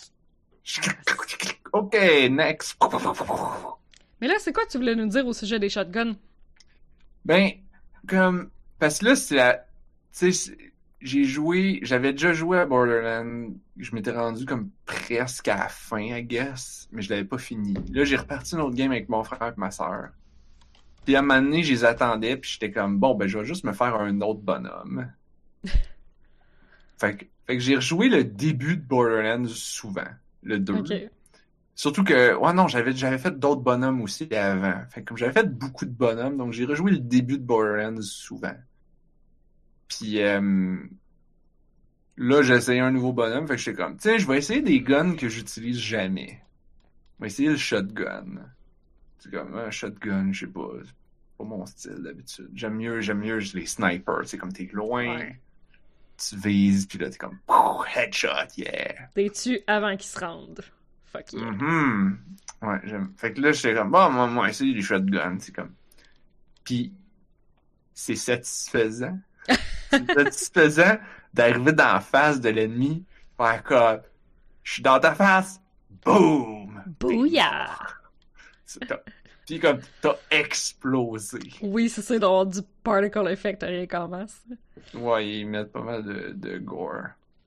Ok, next. Mais là, c'est quoi que tu voulais nous dire au sujet des shotguns? Ben, comme, parce que là, c'est la, tu sais, j'ai joué, j'avais déjà joué à Borderlands, je m'étais rendu comme presque à la fin, I guess, mais je l'avais pas fini. Là, j'ai reparti une autre game avec mon frère et ma soeur. Puis à un moment donné, je les attendais, puis j'étais comme, bon, ben, je vais juste me faire un autre bonhomme. fait que, fait que j'ai rejoué le début de Borderlands souvent, le deux. Ok. Surtout que, ouais, non, j'avais, j'avais fait d'autres bonhommes aussi avant. Fait que comme j'avais fait beaucoup de bonhommes, donc j'ai rejoué le début de Borderlands souvent. Puis euh, là, j'ai essayé un nouveau bonhomme, fait que j'étais comme, tiens, je vais essayer des guns que j'utilise jamais. Je vais essayer le shotgun. C'est comme, un shotgun, je sais pas, c'est pas mon style d'habitude. J'aime mieux, j'aime mieux les snipers, c'est comme t'es loin, Ouais. tu vises, puis là t'es comme, oh, headshot, yeah. T'es tu avant qu'ils se rendent. Fuck yeah. Mhm. Ouais, j'aime. Fait que là, j'étais comme, bon, moi, moi, essayer les shotguns, c'est comme. Puis, c'est satisfaisant. C'est satisfaisant d'arriver dans la face de l'ennemi, faire comme, je suis dans ta face, boum! Bouillard! C'est top. Puis comme, t'as explosé. Oui, c'est ça, d'avoir du particle effect rien qu'en masse. Ouais, ils mettent pas mal de, de gore.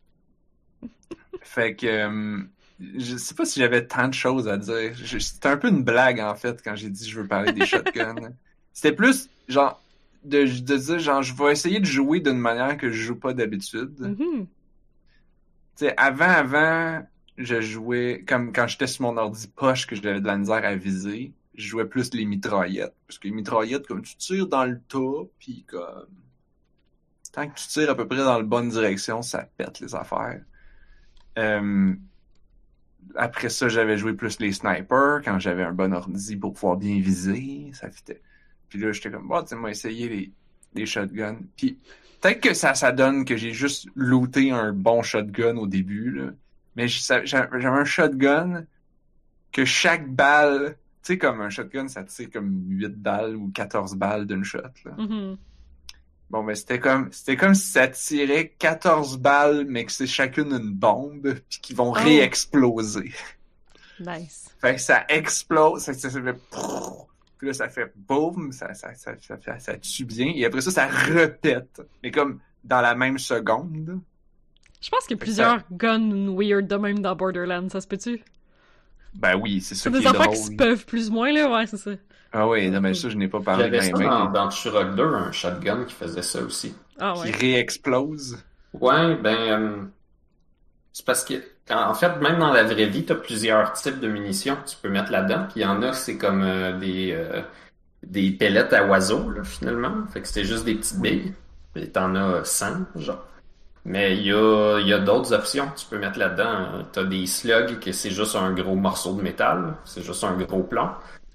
Fait que, euh, je sais pas si j'avais tant de choses à dire. Je- C'était un peu une blague, en fait, quand j'ai dit je veux parler des shotguns. C'était plus, genre, de, de dire, genre, je vais essayer de jouer d'une manière que je joue pas d'habitude. Mhm. Tu sais, avant, avant, je jouais, comme quand j'étais sur mon ordi poche, que j'avais de la misère à viser, je jouais plus les mitraillettes. Parce que les mitraillettes, comme tu tires dans le tas, puis comme, tant que tu tires à peu près dans la bonne direction, ça pète les affaires. Euh, après ça, j'avais joué plus les snipers, quand j'avais un bon ordi pour pouvoir bien viser, ça fitait. Puis là, j'étais comme, bon, tu sais, moi, essayer les, les shotguns. Puis peut-être que ça, ça donne que j'ai juste looté un bon shotgun au début, là. Mais j- ça- j'a- j'avais un shotgun que chaque balle, tu sais, comme un shotgun, ça tire comme huit balles ou quatorze balles d'une shot, là. Mhm. Bon, mais c'était comme, c'était comme si ça tirait quatorze balles, mais que c'est chacune une bombe, puis qui vont Oh. réexploser. Nice. Fait que ça explose, ça, ça, ça fait... Puis là, ça fait boum, ça, ça, ça, ça, ça, ça tue bien, et après ça, ça repète. Mais comme dans la même seconde. Je pense qu'il y a Fait que plusieurs guns weird de même dans Borderlands, ça se peut-tu? Ben oui, c'est ça C'est qui des est affaires qui se drôle. peuvent plus ou moins, là, ouais, c'est ça. Ah oui, non, mais ça, je n'ai pas parlé J'avais ben, ça ben, dans, dans Turok deux, un shotgun qui faisait ça aussi. Ah qui ouais. réexplose. Ouais, ben, euh, c'est parce que, en en fait, même dans la vraie vie, t'as plusieurs types de munitions que tu peux mettre là-dedans. Puis il y en a, c'est comme euh, des, euh, des pellets à oiseaux, là, finalement. Fait que c'est juste des petites billes. Et t'en as cent, genre. Mais il y a, il y a d'autres options que tu peux mettre là-dedans. T'as des slugs que c'est juste un gros morceau de métal. C'est juste un gros plomb.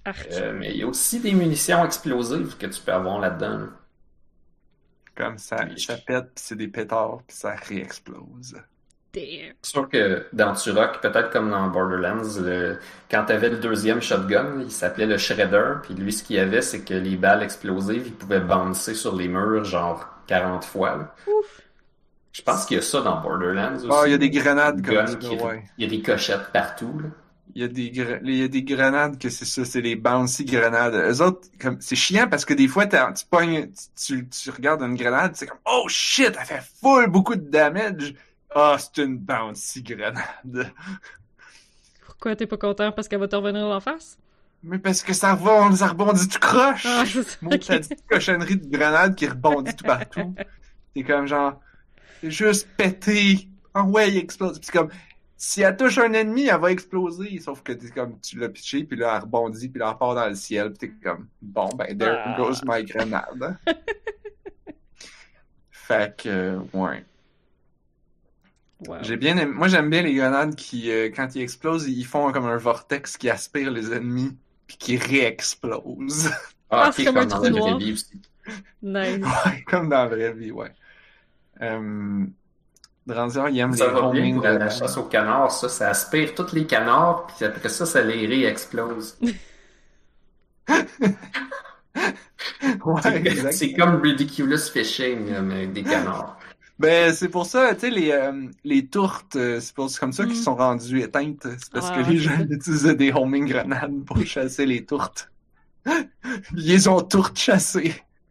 Arc. Euh, mais il y a aussi des munitions explosives que tu peux avoir là-dedans. là. Comme ça, Oui. ça pète, puis c'est des pétards, puis ça réexplose. Damn. C'est sûr que dans Turok, peut-être comme dans Borderlands, le... quand t'avais le deuxième shotgun, il s'appelait le Shredder, puis lui, ce qu'il y avait, c'est que les balles explosives, ils pouvaient bouncer sur les murs genre quarante fois. là. Ouf. Je pense qu'il y a ça dans Borderlands aussi. Ah, il y a des grenades Une comme gun ça, qui ouais. il ricochette partout. Là. Il y a des gre- il y a des grenades que c'est ça, c'est les bouncy grenades. Eux autres, comme, c'est chiant parce que des fois, t'as- tu pognes, tu, tu, tu regardes une grenade, c'est comme, oh shit, elle fait full beaucoup de damage. Ah, c'est une bouncy grenade. Pourquoi t'es pas content? Parce qu'elle va te revenir en face? Mais parce que ça rebondit, ça rebondit tout croche. Ah, c'est ça. Moi, t'as dit cochonnerie de grenade qui rebondit tout partout. C'est comme genre, c'est juste pété. Ah ouais, il explose. Puis c'est comme, si elle touche un ennemi, elle va exploser. Sauf que t'es comme, tu l'as pitché, puis là, elle rebondit, puis là, elle part dans le ciel. Puis t'es comme, bon, ben, there Ah. goes my grenade. Fait que, euh, ouais. Wow. J'ai bien aimé- Moi, j'aime bien les grenades qui, euh, quand ils explosent, ils font comme un vortex qui aspire les ennemis, puis qui réexplose. Ah, Ah, ok, c'est comme un comme dans trou la noir. vraie vie aussi. Nice. Ouais, comme dans la vraie vie, ouais. Euh, Dranzer, il aime Ça les va bien homing pour la grenades. chasse aux canards, ça. Ça aspire tous les canards, puis après ça, ça les réexplose. Ouais, C'est- exact. C'est comme Ridiculous Fishing, là, mais avec des canards. Ben, c'est pour ça, tu sais, les, euh, les tourtes, euh, c'est pour- c'est comme ça Mm. qu'ils sont rendus éteintes. C'est parce Ah, que les c'est gens ça. utilisaient des homing grenades pour chasser les tourtes. Ils les ont tourtes chassées.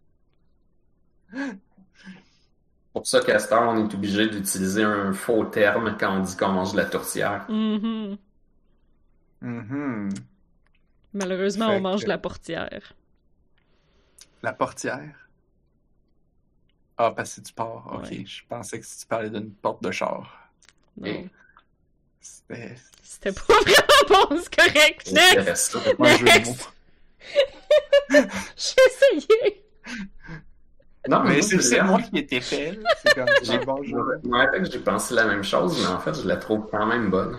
Pour ça qu'à cette heure, on est obligé d'utiliser un faux terme quand on dit qu'on mange de la tourtière. Mhm. Mhm. Malheureusement, Fait on mange que- de la portière. La portière. Ah, parce que c'est du port. Ok, Ouais. je pensais que si tu parlais d'une porte de char. Non. Et- C'était C'était pas vraiment bon, c'est correct. C'est Next! intéressant. c'était pas un jeu de Next! mots. J'ai essayé! Non, Mais moi, c'est je c'est l'aime. moi qui étais fait. là. C'est comme c'est J'ai un bon jeu. je me rappelle que j'ai pensé la même chose, mais en fait, je la trouve quand même bonne.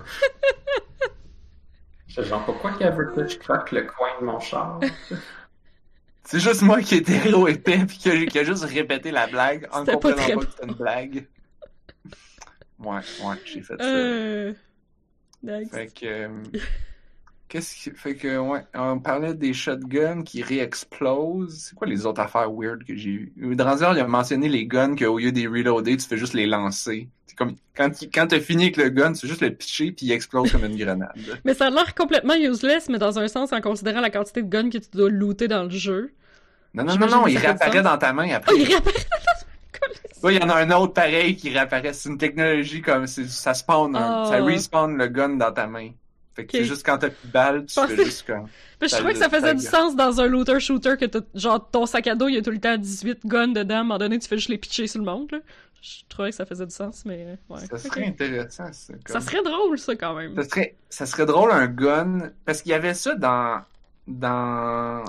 Je fais genre, pourquoi qu'il y avait que je croque le coin de mon char? C'est juste moi qui étais héros épais puis qui a, qui a juste répété la blague en C'était pas comprenant très pas, bon. que c'était une blague. Ouais, ouais, j'ai fait ça. Euh... Next. Fait que euh, qu'est-ce qui fait que ouais, on parlait des shotguns qui réexplosent. C'est quoi les autres affaires weird que j'ai eues? Dranzer, il a mentionné les guns qu'au lieu des reloader, tu fais juste les lancer. C'est comme quand il- quand t'as fini avec le gun, tu fais juste le pitcher puis il explose comme une grenade. Mais ça a l'air complètement useless, mais dans un sens, en considérant la quantité de guns que tu dois looter dans le jeu. Non, non, non, J'imagine non, que il ça fait du réapparaît sens. dans ta main après. Oh, il réapparaît! Ouais, il y en a un autre pareil qui réapparaît. C'est une technologie comme c'est- ça spawn, un- Ah. ça respawn le gun dans ta main. Fait que Ok. c'est juste quand t'as plus de balles, tu Je fais pensais- juste comme. Mais je Ça trouvais que ça le- faisait ça du le- sens dans un looter-shooter que t'as, genre, ton sac à dos, il y a tout le temps dix-huit guns dedans, à un moment donné, tu fais juste les pitcher sur le monde, là. Je trouvais que ça faisait du sens, mais ouais. Ça serait Ok. intéressant, ça. Ça comme- serait drôle, ça, quand même. Ça serait, ça serait drôle un gun, parce qu'il y avait ça dans, dans,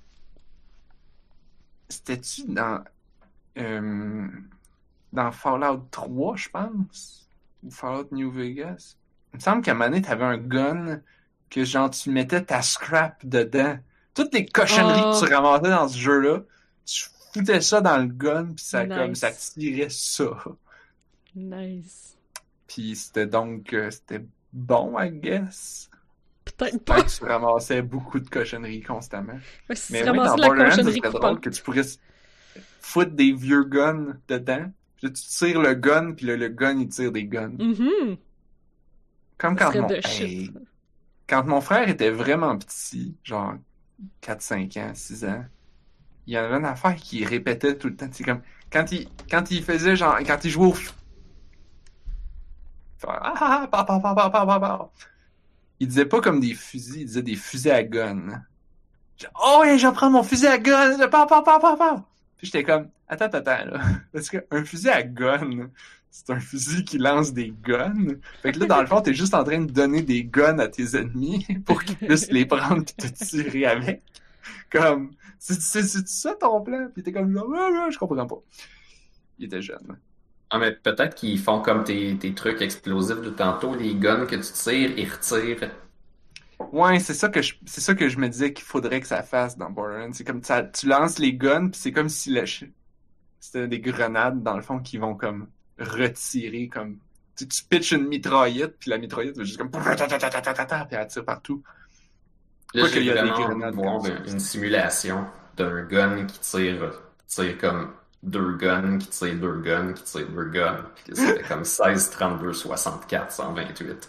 c'était-tu dans, euh, dans Fallout trois, je pense, ou Fallout New Vegas. Il me semble qu'à un moment donné, t'avais un gun que genre tu mettais ta scrap dedans. Toutes les cochonneries Oh. que tu ramassais dans ce jeu-là, tu foutais ça dans le gun, puis ça comme Nice. ça tirait ça. Nice. Puis c'était donc euh, c'était bon, I guess. Peut-être pas. Peut-être que tu ramassais beaucoup de cochonneries constamment. Mais si Mais tu oui, ramasses dans de la Borderlands, ça cochonnerie serait drôle coupable. que tu pourrais s- foutre des vieux guns dedans. Puis là, tu tires le gun, puis là, le gun, il tire des guns. Mhm. Comme Ça quand serait mon... de Hey, shit. quand mon frère était vraiment petit, genre quatre cinq ans, six ans, il y avait une affaire qu'il répétait tout le temps. C'est comme quand il, quand il faisait genre, quand il jouait au f- Faire, ah ah ah, pa, pa, pa, pa, pa, pa, pa. Il disait pas comme des fusils, il disait des fusils à gun. Genre, oh ouais, je vais prendre mon fusil à gun, pa, pa, pa, pa, pa. Puis j'étais comme, attends, attends, attends, là. Parce qu'un fusil à gun, c'est un fusil qui lance des guns. Fait que là, dans le fond, t'es juste en train de donner des guns à tes ennemis pour qu'ils puissent les prendre pis te tirer avec. Comme, c'est, c'est, c'est ça ton plan? Pis t'es comme, genre, ah, ah, je comprends pas. Il était jeune. Ah, mais peut-être qu'ils font comme tes, tes trucs explosifs de tantôt, les guns que tu tires, ils retirent Ouais, c'est ça que je, c'est ça que je me disais qu'il faudrait que ça fasse dans Borderlands. C'est comme ça, tu lances les guns, puis c'est comme si le, c'était des grenades dans le fond qui vont comme retirer comme tu, tu pitches une mitraillette, puis la mitraillette va juste comme puis elle tire partout. Là, Pas j'ai qu'il y a des vraiment envie de grenades voir comme ça. une, une simulation d'un gun qui tire, tire comme deux guns, qui tire deux guns, qui tire deux guns. Puis c'était comme seize, trente-deux, soixante-quatre, cent vingt-huit.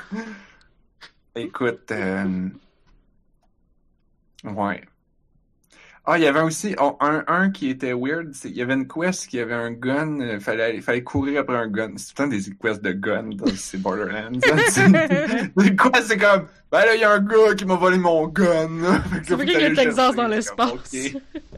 Écoute, euh... ouais. Ah, il y avait aussi oh, un, un qui était weird. C'est, il y avait une quest qui avait un gun. Il fallait, il fallait courir après un gun. C'est tout le temps des quests de gun dans ces Borderlands. Une quest, c'est comme, ben là, il y a un gars qui m'a volé mon gun. C'est pour qu'il y a Texas dans l'espace. Okay.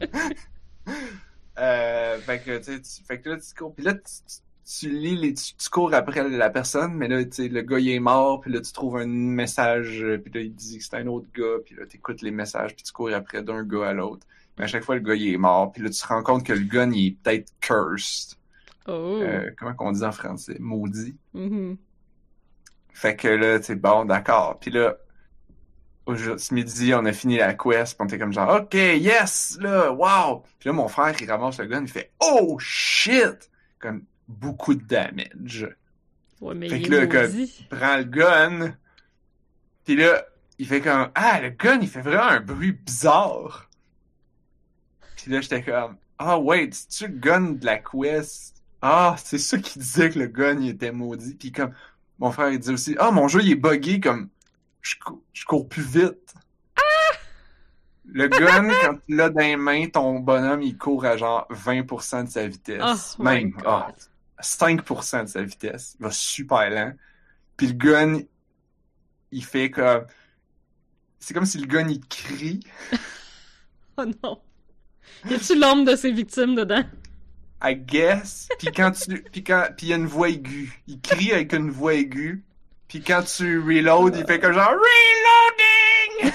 euh, fait que, tu sais, tu, fait que là, tu cours. Puis là, tu, tu, tu lis les, tu, tu cours après la personne, mais là, tu sais, le gars, il est mort. Puis là, tu trouves un message. Puis là, il dit que c'est un autre gars. Puis là, tu écoutes les messages. Puis tu cours après d'un gars à l'autre. Mais à chaque fois, le gars, il est mort. Puis là, tu te rends compte que le gun, il est peut-être cursed. Oh. Euh, comment qu'on dit en français? Maudit. Mm-hmm. Fait que là, tu sais, bon, d'accord. Puis là, ce midi, on a fini la quest. Puis on était comme genre, OK, yes, là, wow. Puis là, mon frère, il ramasse le gun. Il fait, oh, shit! Comme beaucoup de damage. Ouais, mais fait il que là, est comme, il prend le gun. Puis là, il fait comme, ah, le gun, il fait vraiment un bruit bizarre. Puis là, j'étais comme, ah, oh, wait, c'est-tu le gun de la quest? Ah, c'est ça qui disait que le gun, il était maudit. Puis comme, mon frère, il dit aussi, ah, mon jeu, il est buggé, comme, je, cou- je cours plus vite. Ah! Le gun, quand tu l'as dans les mains, ton bonhomme, il court à genre vingt pour cent de sa vitesse. Oh, Même, ah, cinq pour cent de sa vitesse. Il va super lent. Puis le gun, il fait comme, c'est comme si le gun, il crie. Oh non. Y a-tu l'âme de ses victimes dedans? I guess. Puis quand tu, puis quand, puis il y a une voix aiguë. Il crie avec une voix aiguë. Puis quand tu reload, il fait comme genre reloading.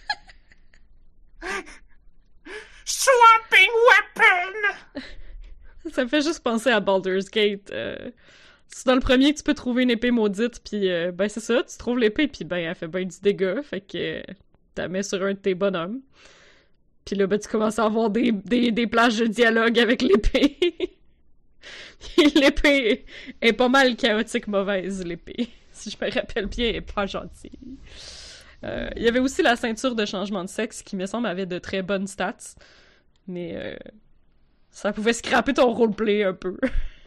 Swapping weapon. Ça me fait juste penser à Baldur's Gate. Euh, c'est dans le premier que tu peux trouver une épée maudite, puis euh, ben c'est ça, tu trouves l'épée, puis ben elle fait ben du dégât, fait que euh, t'as mets sur un de tes bonhommes. Puis là, ben, tu commences à avoir des, des, des plages de dialogue avec l'épée. L'épée est pas mal chaotique mauvaise, l'épée. Si je me rappelle bien, elle est pas gentille. Euh, il y avait aussi la ceinture de changement de sexe qui, me semble, avait de très bonnes stats. Mais euh, ça pouvait scraper ton roleplay un peu.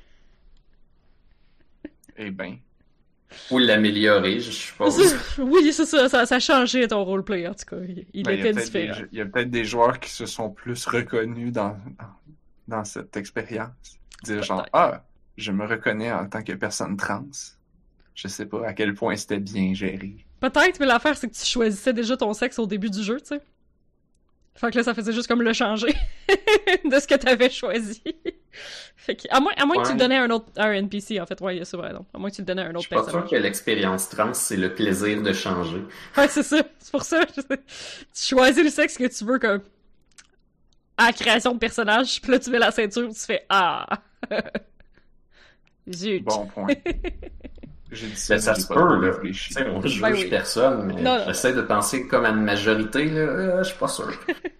Eh ben. Ou l'améliorer, je suppose. Oui, c'est ça, ça, ça changeait ton roleplay, en tout cas. Il, il Ben, était il y a différent. des, il y a peut-être des joueurs qui se sont plus reconnus dans, dans, dans cette expérience. Dire genre, ah, je me reconnais en tant que personne trans. Je sais pas à quel point c'était bien géré. Peut-être, mais l'affaire, c'est que tu choisissais déjà ton sexe au début du jeu, tu sais. Fait que là, ça faisait juste comme le changer de ce que t'avais choisi. Fait que, à moins, à moins ouais. que tu le donnais à un autre à un N P C, en fait, ouais, il y a ça, ouais, non. À moins que tu le donnais à un autre personnage. Je suis pas sûr que l'expérience trans, c'est le plaisir de changer. Ouais, c'est ça. C'est pour ça. Tu choisis le sexe que tu veux, comme, à la création de personnage, puis là, tu mets la ceinture, tu fais « Ah! » Zut. Bon point. J'ai dit ça, ben, ça se peut, là. Tu sais, on juge ben oui. personne, mais non, j'essaie non. de penser comme à une majorité, là. Euh, je suis pas sûr.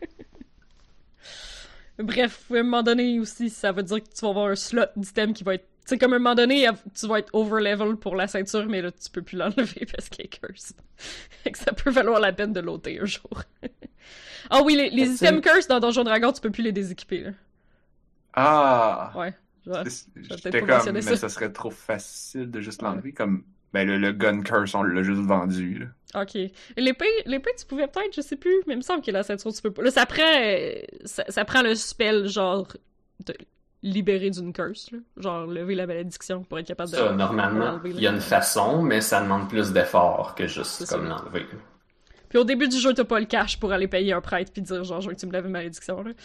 Bref, à un moment donné aussi, ça veut dire que tu vas avoir un slot d'item qui va être... Tu sais, comme à un moment donné, tu vas être over-level pour la ceinture, mais là, tu peux plus l'enlever parce qu'elle est curse. Fait que ça peut valoir la peine de l'ôter un jour. Ah oui, les, les items curse dans Donjon Dragon, tu peux plus les déséquiper, là. Ah! Ouais. J'étais comme, mais ça. ça serait trop facile de juste l'enlever, ouais. Comme, ben le, le gun curse, on l'a juste vendu, là. Ok. L'épée, l'épée, tu pouvais peut-être, je sais plus, mais il me semble que la ceinture, tu peux pas. Là, ça prend, ça, ça prend le spell, genre, de libérer d'une curse, là. Genre, lever la malédiction pour être capable de... Ça, normalement, il y a une façon, mais ça demande plus d'efforts que juste comme ça. L'enlever. Puis au début du jeu, t'as pas le cash pour aller payer un prêtre puis dire, genre, je veux que tu me laves une malédiction, là.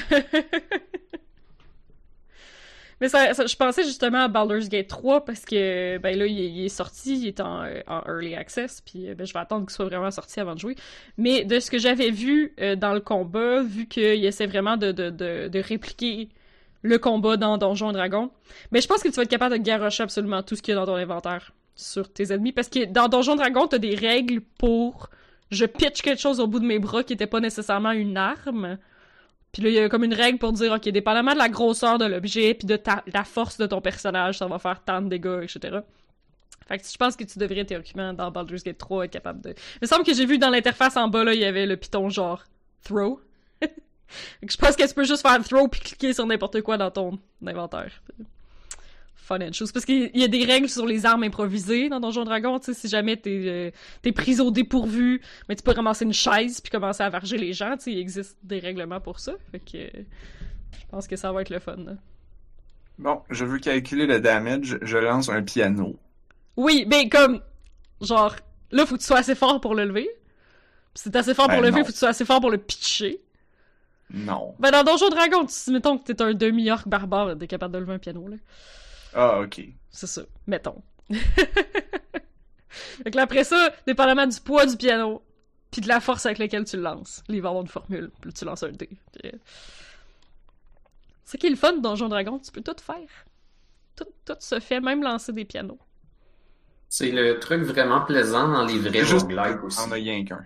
Mais ça, ça, je pensais justement à Baldur's Gate trois parce que, ben là, il est, il est sorti, il est en, en Early Access, puis ben, je vais attendre qu'il soit vraiment sorti avant de jouer. Mais de ce que j'avais vu euh, dans le combat, vu qu'il essaie vraiment de, de, de, de répliquer le combat dans Donjon Dragon, ben je pense que tu vas être capable de garrocher absolument tout ce qu'il y a dans ton inventaire. sur tes ennemis. Parce que dans Donjon Dragon, t'as des règles pour... Je pitch quelque chose au bout de mes bras qui était pas nécessairement une arme. Puis là, il y a comme une règle pour dire, OK, dépendamment de la grosseur de l'objet puis de ta, la force de ton personnage, ça va faire tant de dégâts, et cetera. Fait que je pense que tu devrais théoriquement, dans Baldur's Gate trois, être capable de... Il me semble que j'ai vu dans l'interface en bas, là, il y avait le piton genre « throw ». Fait que je pense que tu peux juste faire « throw » puis cliquer sur n'importe quoi dans ton inventaire. Fun and chose. Parce qu'il y a des règles sur les armes improvisées dans Donjon Dragon, tu sais, si jamais t'es, euh, t'es pris au dépourvu, mais tu peux ramasser une chaise puis commencer à varger les gens, tu sais, il existe des règlements pour ça. Fait que euh, je pense que ça va être le fun, là. Bon, je veux calculer le damage, je lance un piano. Oui, mais comme, genre, là, faut que tu sois assez fort pour le lever. Pis si t'es assez fort Ben pour le lever, non. faut que tu sois assez fort pour le pitcher. Non. Ben, dans Donjon Dragon, tu, mettons que t'es un demi-orc barbare, t'es capable de lever un piano, là. Ah, ok. C'est ça, mettons. Fait que là, après ça, dépendamment du poids du piano, pis de la force avec laquelle tu le lances, là, il va y avoir une formule, puis là, tu lances un dé. Puis, euh, c'est qui est le fun de Donjon Dragon, tu peux tout faire. Tout, tout se fait, même lancer des pianos. C'est le truc vraiment plaisant dans les vrais Juste- roguelikes aussi. On a rien qu'un.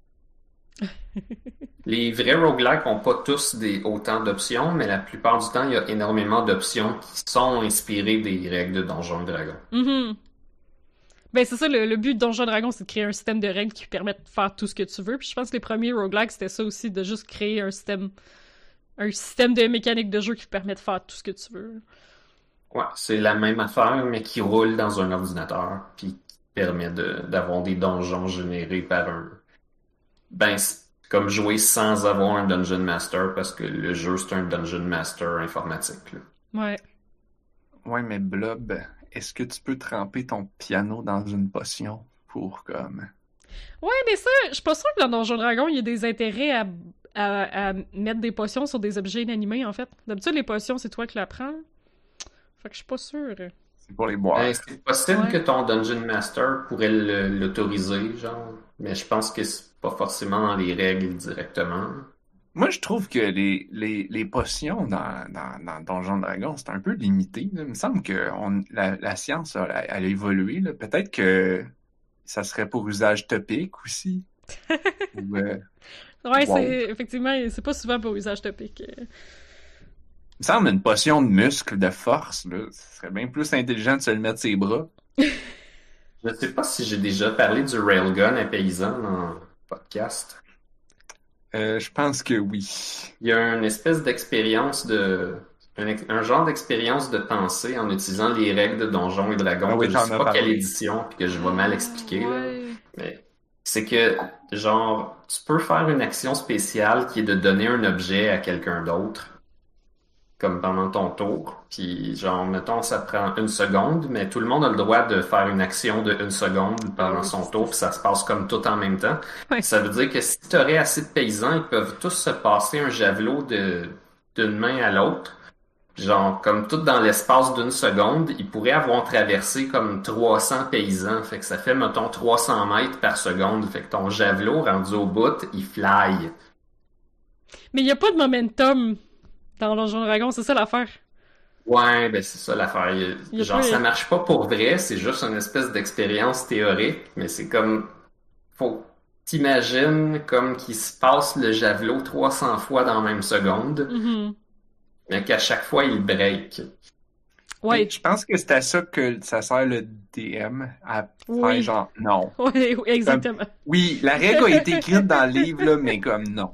Les vrais roguelikes ont pas tous des, autant d'options, mais la plupart du temps, il y a énormément d'options qui sont inspirées des règles de Donjons et Dragons. Mhm. Ben, c'est ça, le, le but de Donjon Dragon, c'est de créer un système de règles qui permet de faire tout ce que tu veux. Puis je pense que les premiers roguelikes, c'était ça aussi, de juste créer un système un système de mécanique de jeu qui permet de faire tout ce que tu veux. Ouais, c'est la même affaire, mais qui roule dans un ordinateur, puis qui permet de, d'avoir des donjons générés par un... Ben, c'est comme jouer sans avoir un Dungeon Master, parce que le jeu, c'est un Dungeon Master informatique, là. Ouais. Ouais, mais Blob, est-ce que tu peux tremper ton piano dans une potion pour comme... Ouais, mais ça, je suis pas sûre que dans Donjon Dragon, il y a des intérêts à, à, à mettre des potions sur des objets inanimés, en fait. D'habitude, les potions, c'est toi qui la prends. Fait que je suis pas sûre. C'est pour les boire. Ben, c'est possible Ouais. que ton Dungeon Master pourrait le- l'autoriser, genre, mais je pense que c'est pas forcément dans les règles directement. Moi, je trouve que les, les, les potions dans, dans, dans Donjon Dragon, c'est un peu limité, là. Il me semble que on, la, la science, a, elle a évolué, là. Peut-être que ça serait pour usage topique aussi. Ou, euh, Ouais, Wow. c'est effectivement, c'est pas souvent pour usage topique. il me semble une potion de muscle, de force, là. Ce serait bien plus intelligent de se le mettre ses bras. Je sais pas si j'ai déjà parlé du Railgun à paysan dans le podcast. Euh, je pense que oui. Il y a une espèce d'expérience de... Un, ex- un genre d'expérience de pensée en utilisant les règles de Donjons et Dragons, Ah oui, que je t'en sais as pas parlé. quelle édition, puis que je vais mal expliquer, là. Ouais. Mais c'est que, genre, tu peux faire une action spéciale qui est de donner un objet à quelqu'un d'autre, comme pendant ton tour. Puis, genre, mettons, ça prend une seconde, mais tout le monde a le droit de faire une action de une seconde pendant son tour, puis ça se passe comme tout en même temps. Ouais. Ça veut dire que si tu aurais assez de paysans, ils peuvent tous se passer un javelot de d'une main à l'autre. Genre, comme tout dans l'espace d'une seconde, ils pourraient avoir traversé comme trois cents paysans. Fait que ça fait, mettons, trois cents mètres par seconde. Fait que ton javelot, rendu au bout, il fly. Mais il y a pas de momentum dans Donjon Dragon, c'est ça l'affaire. Ouais, ben c'est ça l'affaire. Il- Il y a Genre, pas- ça marche pas pour vrai, c'est juste une espèce d'expérience théorique, mais c'est comme... Faut... T'imagines comme qu'il se passe le javelot trois cents fois dans la même seconde, Mhm. mais qu'à chaque fois, il break. Ouais. Je pense que c'est à ça que ça sert le D M, à faire Oui. genre non. Ouais, oui, exactement. Oui, la règle a été écrite dans le livre, là, mais comme non.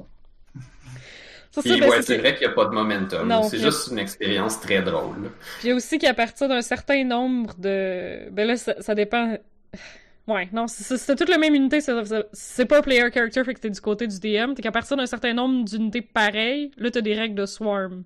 Ça, Puis ça, ben, ouais, c'est c'est que- vrai qu'il n'y a pas de momentum. Non, C'est il y a- juste une expérience très drôle. là. Puis il y a aussi qu'à partir d'un certain nombre de... Ben là, ça, ça dépend... Ouais, non, c'est- c'était toute la même unité, c'est c'est pas un player character, fait que t'es du côté du D M, t'es qu'à partir d'un certain nombre d'unités pareilles, là t'as des règles de swarm.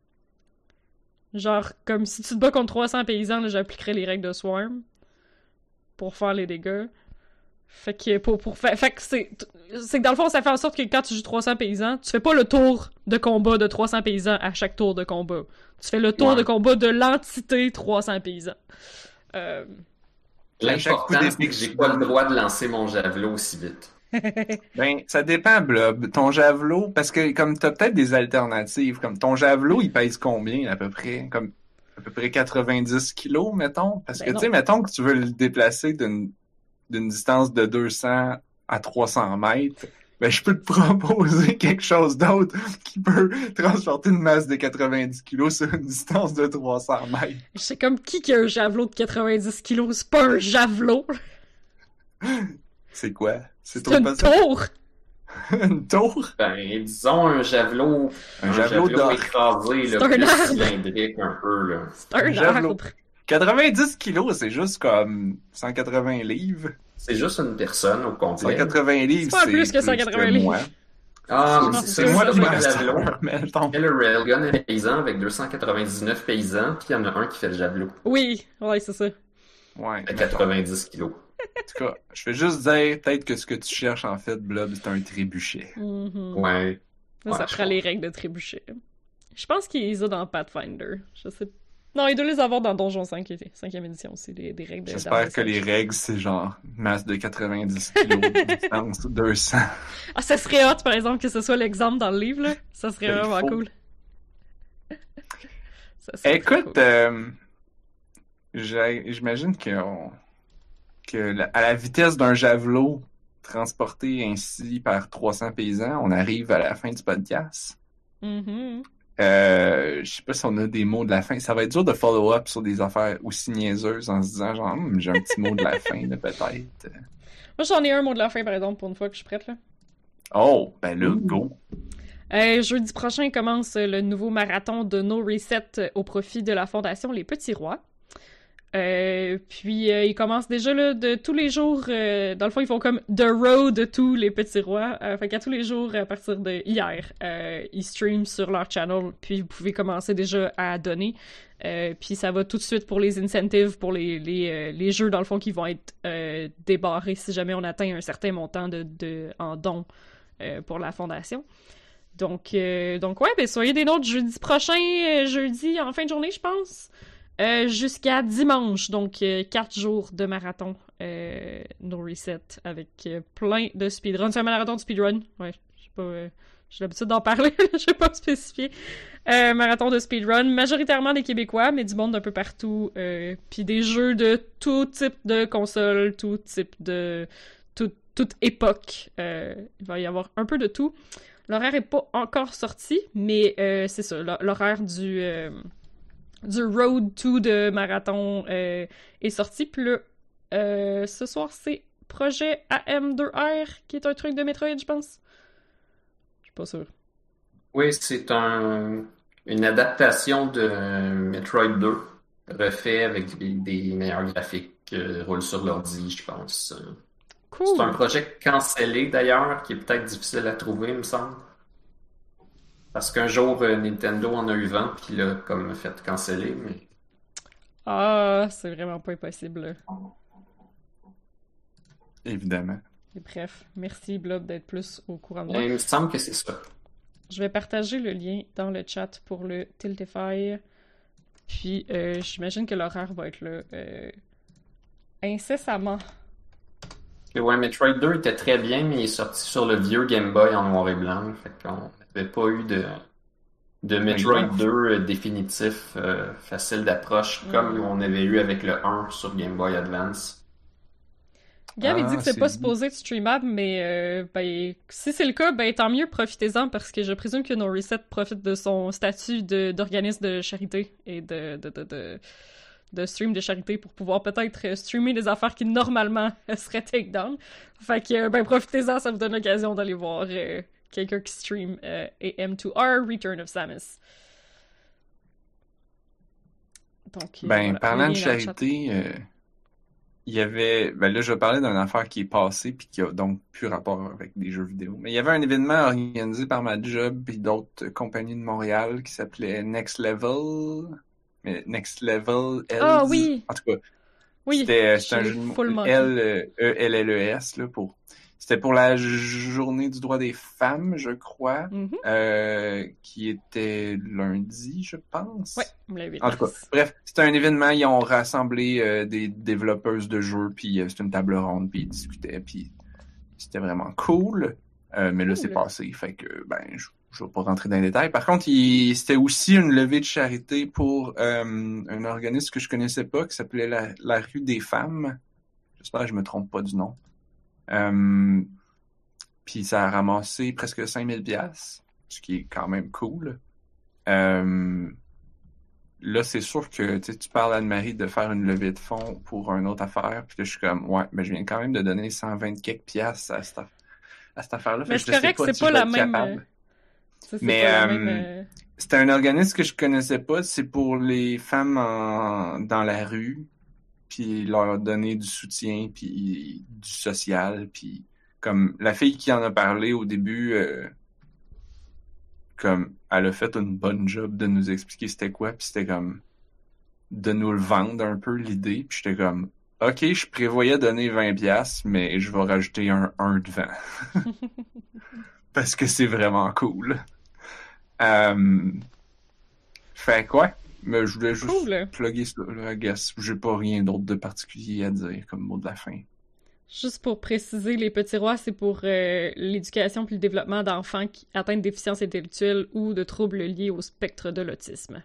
Genre, comme si tu te bats contre trois cents paysans, là j'appliquerais les règles de swarm pour faire les dégâts. Fait que pour, pour faire... Fait que c'est... C'est que dans le fond, ça fait en sorte que quand tu joues trois cents paysans, tu fais pas le tour de combat de trois cents paysans à chaque tour de combat. Tu fais le tour Ouais. de combat de l'entité trois cents paysans. Euh... À chaque coup L'important, c'est d'épée que que j'ai tu pas le donnes. droit de lancer mon javelot aussi vite. Ben, ça dépend, Blob. Ton javelot, parce que comme t'as peut-être des alternatives, comme ton javelot, il pèse combien à peu près? Comme peu près quatre-vingt-dix kilos, mettons. Parce Ben que, tu non. sais, mettons que tu veux le déplacer d'une d'une distance de deux cents à trois cents mètres, ben, je peux te proposer quelque chose d'autre qui peut transporter une masse de quatre-vingt-dix kilos sur une distance de trois cents mètres. C'est comme qui qui a un javelot de quatre-vingt-dix kilos? C'est pas un javelot! C'est quoi? C'est C'est trop une facile. tour! Une tour? Ben, disons un javelot, Un javelot d'or. écrasé, C'est là, un plus arbre. cylindrique un peu, là. C'est un javelot. arbre! quatre-vingt-dix kilos, c'est juste comme cent quatre-vingts livres. C'est juste une personne au cent complet. quatre-vingts livres, C'est pas c'est plus que cent quatre-vingts moi. livres. Ah, mais Non, c'est c'est ça, ça, moi, c'est le ça. javelot. Mettons. Il y a le railgun paysan avec deux cent quatre-vingt-dix-neuf paysans, puis il y en a un qui fait le javelot Oui, ouais, c'est ça. Ouais, à mettons. quatre-vingt-dix kilos. En tout cas, je vais juste dire, peut-être que ce que tu cherches, en fait, Blob, c'est un trébuchet. Mhm. Ouais. Ça, Ouais, ça je fera les règles de trébuchet. Je pense qu'ils les ont dans Pathfinder. Je sais. Non, il doit les avoir dans Donjon cinq, cinquième édition aussi, des, des règles de J'espère d'armes de que les cinq. règles, c'est genre masse de quatre-vingt-dix kilos, distance deux cents. Ah, ça serait hot, par exemple, que ce soit l'exemple dans le livre, là. Ça serait Ben, il vraiment faut. cool. Ça serait très Écoute, cool. euh, j'ai- j'imagine que, on- que la- à la vitesse d'un javelot transporté ainsi par trois cents paysans, on arrive à la fin du podcast. Mhm. Euh, je sais pas si on a des mots de la fin. Ça va être dur de follow-up sur des affaires aussi niaiseuses en se disant genre, Hum, j'ai un petit mot de la fin, là, peut-être. Moi, j'en ai un mot de la fin, par exemple, pour une fois que je suis prête, là. Oh, ben là, go. Euh, jeudi prochain commence le nouveau marathon de No Reset au profit de la fondation Les Petits Rois. Euh, puis euh, ils commencent déjà là, de tous les jours, euh, dans le fond ils font comme The Road de tous les petits rois, euh, fait qu'à tous les jours à partir de hier, euh, ils streament sur leur channel, puis vous pouvez commencer déjà à donner, euh, puis ça va tout de suite pour les incentives, pour les, les, euh, les jeux dans le fond qui vont être euh, débarrés si jamais on atteint un certain montant de, de, en dons euh, pour la fondation. Donc, euh, donc ouais, ben soyez des nôtres jeudi prochain, euh, jeudi en fin de journée je pense. Euh, jusqu'à dimanche, donc euh, quatre jours de marathon euh, No Reset avec euh, plein de speedrun. C'est un marathon de speedrun, ouais, je sais pas, euh, j'ai l'habitude d'en parler, je sais pas spécifier. Euh, marathon de speedrun, majoritairement des Québécois, mais du monde d'un peu partout, euh, puis des jeux de tout type de console, tout type de... tout, toute époque. Euh, il va y avoir un peu de tout. L'horaire est pas encore sorti, mais euh, c'est ça, l'horaire du... Euh, du Road to de marathon euh, est sorti. Puis là, euh, ce soir, c'est Projet A M deux R, qui est un truc de Metroid, je pense. Je suis pas sûr. Oui, c'est un, une adaptation de Metroid deux, refait avec des, des meilleurs graphiques qui roulent sur l'ordi, je pense. Cool. C'est un projet cancellé d'ailleurs, qui est peut-être difficile à trouver, il me semble. Parce qu'un jour, euh, Nintendo en a eu vent, puis l'a comme fait canceller, mais... Ah, c'est vraiment pas impossible. Évidemment. Et bref, merci Blob d'être plus au courant de Mais moi. il me semble que c'est ça. Je vais partager le lien dans le chat pour le Tiltify. Puis, euh, j'imagine que l'horaire va être là euh, incessamment. Et ouais, Metroid deux était très bien, mais il est sorti sur le vieux Game Boy en noir et blanc. Fait qu'on n'avait pas eu de, de Metroid grave. deux euh, définitif, euh, facile d'approche, comme Mm. on avait eu avec le un sur Game Boy Advance. Gab, il Ah, dit que c'est c'est pas lui. supposé être streamable, mais euh, ben, si c'est le cas, ben tant mieux, profitez-en, parce que je présume que No Reset profite de son statut de- d'organisme de, charité et de, de, de, de, de stream de charité pour pouvoir peut-être euh, streamer des affaires qui normalement seraient takedown. Fait que, ben profitez-en, ça vous donne l'occasion d'aller voir euh, quelqu'un qui stream euh, A M deux R, Return of Samus. Donc, euh, Ben, voilà, parlant le de lien dans le chat. charité, euh, il y avait... Ben là, je vais parler d'une affaire qui est passée puis qui a donc plus rapport avec des jeux vidéo. Mais il y avait un événement organisé par ma job puis d'autres compagnies de Montréal qui s'appelait Next Level. Mais Next Level L. Ah oui! En tout cas, Oui, c'était c'était un j'ai jeu de mots. full manqué. L, E L L E S, là, pour... C'était pour la journée du droit des femmes, je crois, Mhm. euh, qui était lundi, je pense. Ouais, vous l'avez En tout cas, bref, c'était un événement, ils ont rassemblé euh, des développeuses de jeux, puis euh, c'était une table ronde, puis ils discutaient, puis c'était vraiment cool. Euh, mais là, Cool. c'est passé, fait que, ben, je, je vais pas rentrer dans les détails. Par contre, il, c'était aussi une levée de charité pour euh, un organisme que je connaissais pas, qui s'appelait la, la Rue des Femmes. J'espère que je me trompe pas du nom. Euh, puis ça a ramassé presque cinq mille piastres, ce qui est quand même cool. Euh, là, c'est sûr que tu parles à Anne-Marie de faire une levée de fonds pour une autre affaire, puis que je suis comme, ouais, mais je viens quand même de donner cent vingt quelques piastres à cette, à cette affaire-là. Mais Fait c'est que je sais correct, pas c'est si pas je vais la être même. capable. euh, ça, c'est Mais pas la euh, même. euh, c'était un organisme que je connaissais pas. C'est pour les femmes en- dans la rue, puis leur donner du soutien, puis du social, puis comme la fille qui en a parlé au début, euh, comme elle a fait une bonne job de nous expliquer c'était quoi, puis c'était comme de nous le vendre un peu l'idée, puis j'étais comme ok, je prévoyais donner vingt piastres, mais je vais rajouter un un devant parce que c'est vraiment cool. Euh, fait quoi? Mais je voulais juste Cool. plugger ça, là, I guess. J'ai pas rien d'autre de particulier à dire comme mot de la fin. Juste pour préciser, les petits rois, c'est pour euh, l'éducation puis le développement d'enfants qui atteints de déficience intellectuelle ou de troubles liés au spectre de l'autisme.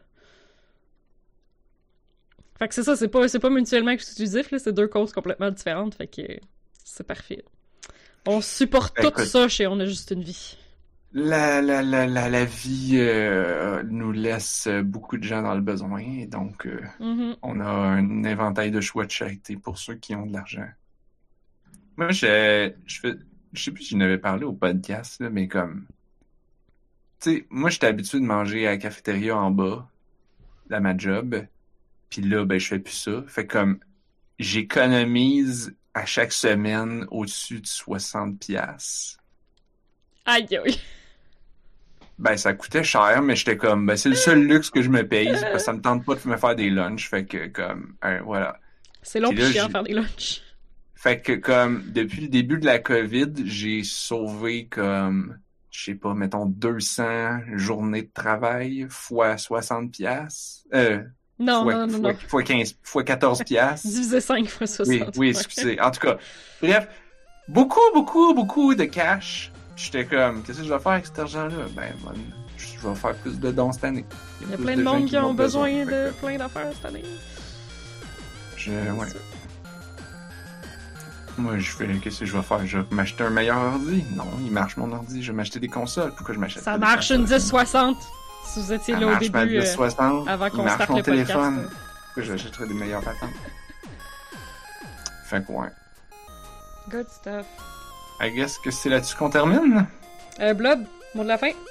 Fait que c'est ça, c'est pas, c'est pas mutuellement exclusif, là, c'est deux causes complètement différentes, fait que c'est parfait. On supporte Ben, tout écoute. ça chez On a juste une vie. La, la, la, la, la vie euh, nous laisse beaucoup de gens dans le besoin, et donc euh, Mhm. on a un éventail de choix de charité pour ceux qui ont de l'argent. Moi, je, je fais, je sais plus si je n'avais parlé au podcast, là, mais comme, tu sais, moi, j'étais habitué de manger à la cafétéria en bas, à ma job, puis là, ben, je fais plus ça. Fait comme, j'économise à chaque semaine au-dessus de soixante piastres. Aïe aïe. Ben, ça coûtait cher, mais j'étais comme, ben, c'est le seul luxe que je me paye, parce que ça me tente pas de me faire des lunchs, fait que, comme, hein, voilà. C'est long Puis pis là, chiant j'ai- faire des lunchs. Fait que, comme, depuis le début de la COVID, j'ai sauvé, comme, je sais pas, mettons, deux cents journées de travail fois soixante piastres. Euh, Non, fois, non, non, fois, non. fois quinze, fois quatorze piastres. Divisé cinq fois Oui, soixante. oui, excusez. En tout cas, bref, beaucoup, beaucoup, beaucoup de cash. J'étais comme, qu'est-ce que je vais faire avec cet argent-là? Ben, man, je vais faire plus de dons cette année. Il y a plus plein de gens monde qui en ont besoin fait de que plein d'affaires cette année. Je, ouais. Moi, je fais, qu'est-ce que je vais faire? Je vais m'acheter un meilleur ordi? Non, il marche mon ordi. Je vais m'acheter des consoles. Pourquoi je m'achète Ça pas des marche une consoles? dix soixante. Si vous étiez Ça là au marche ma début, euh, dix soixante. avant Il qu'on marche starte mon le podcast. téléphone. euh. Pourquoi j'achèterais des meilleures patentes? Fait que ouais. Good stuff. I guess que c'est là-dessus qu'on termine? Euh, Blob, mot de la fin?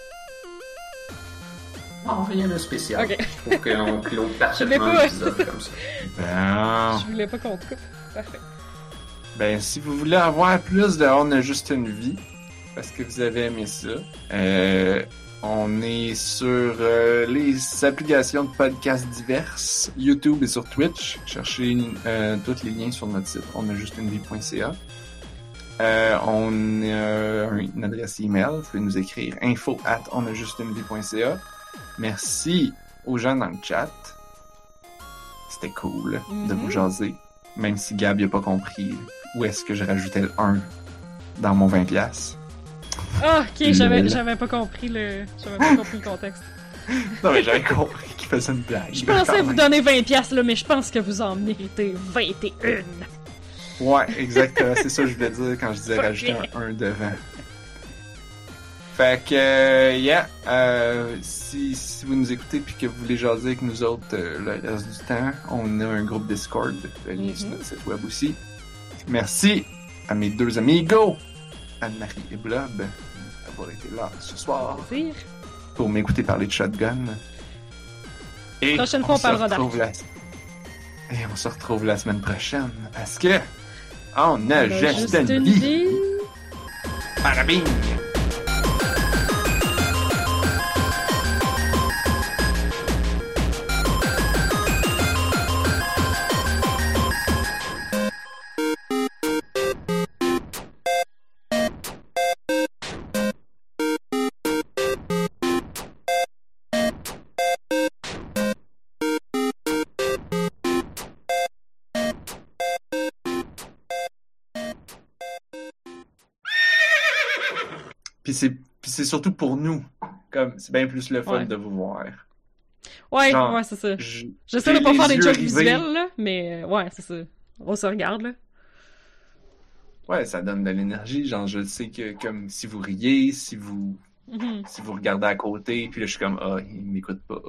Non, rien de spécial. Ok. Je trouve qu'on clôt l'ai parfaitement pas. l'épisode comme ça. Ben, Je voulais pas qu'on te coupe. Parfait. ben, si vous voulez avoir plus de On a juste une vie, parce que vous avez aimé ça, euh, on est sur euh, les applications de podcasts diverses, YouTube et sur Twitch. Cherchez euh, tous les liens sur notre site onajustunevie point c a. Euh, on a une adresse email, vous pouvez nous écrire info at onajustunevie point c a. Merci aux gens dans le chat. C'était cool de Mhm. vous jaser, même si Gab n'a pas compris où est-ce que je rajoutais le un dans mon vingt piastres. Ah, ok, j'avais, Lol. j'avais pas compris le, j'avais pas compris le contexte. Non, mais j'avais compris qu'il faisait une blague. Je pensais quand vous même. donner vingt piastres, là, mais je pense que vous en méritez vingt et un. Ouais, exactement. C'est ça que je voulais dire quand je disais Fuck rajouter yeah. un un devant. Fait que, euh, yeah, euh, si, si vous nous écoutez puis que vous voulez jaser avec nous autres euh, le reste du temps, on a un groupe Discord, le lien Mhm. sur notre site web aussi. Merci à mes deux amigos, Anne-Marie et Blob, d'avoir été là ce soir Plaisir. pour m'écouter parler de Shotgun. Et Prochaine fois, on se parlera retrouve la... Et on se retrouve la semaine prochaine parce que on a On a juste une vie. Parabing! Puis c'est, puis c'est surtout pour nous. Comme, c'est bien plus le fun Ouais. de vous voir. Ouais, Genre, ouais, c'est ça. Je- J'essaie j'ai de pas les faire des yeux jokes rivés. visuels, là, mais euh, ouais, c'est ça. On se regarde, là. Ouais, ça donne de l'énergie. Genre, je sais que comme si vous riez, si vous Mhm. si vous regardez à côté, puis là, je suis comme, ah, il m'écoute pas.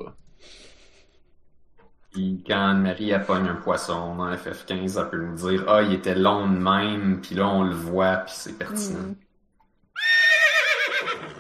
Puis quand Anne-Marie elle pogne un poisson dans F F quinze, elle peut nous dire ah il était long de même, puis là on le voit, puis c'est pertinent. Mm.